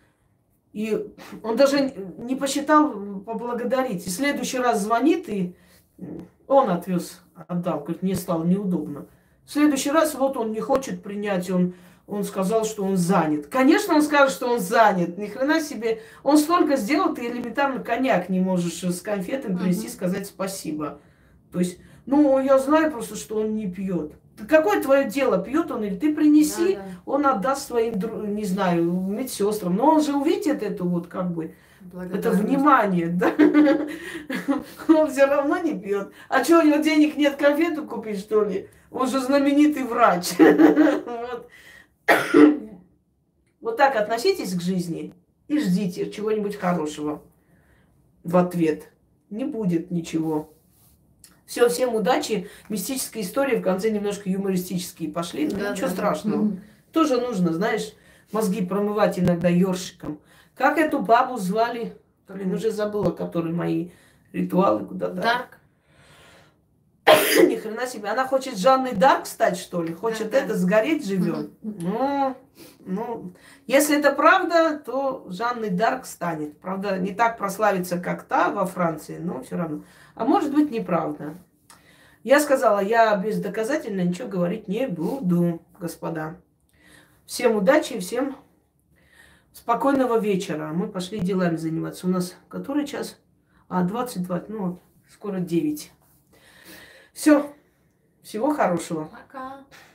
и он даже не посчитал поблагодарить. И в следующий раз звонит, и он отвез, отдал, говорит, мне стало неудобно. В следующий раз вот он не хочет принять, он, он сказал, что он занят. Конечно, он скажет, что он занят. Ни хрена себе. Он столько сделал, ты элементарно коньяк не можешь с конфетами принести, uh-huh. сказать спасибо. То есть, ну, я знаю просто, что он не пьет. Какое твое дело, пьет он или ты принеси, да, да. он отдаст своим, не знаю, медсестрам. Но он же увидит это вот как бы, это внимание, да? Он все равно не пьет. А что, у него денег нет конфету купить, что ли? Он же знаменитый врач. Вот так относитесь к жизни и ждите чего-нибудь хорошего в ответ. Не будет ничего. Все, всем удачи. Мистические истории в конце немножко юмористические пошли. Но да, ничего да, страшного. Да. Тоже нужно, знаешь, мозги промывать иногда ёршиком. Как эту бабу звали? Блин, уже забыла, которые мои ритуалы куда-то. Дарк. Ни хрена себе. Она хочет Жанной Дарк стать, что ли? Хочет да, это, да. сгореть живем. Ну, ну, если это правда, то Жанной Дарк станет. Правда, не так прославится, как та во Франции, но все равно. А может быть, неправда. Я сказала, я бездоказательно ничего говорить не буду, господа. Всем удачи, всем спокойного вечера. Мы пошли делами заниматься. У нас который час? А, двадцать два, ну, скоро девять. Все. Всего хорошего. Пока.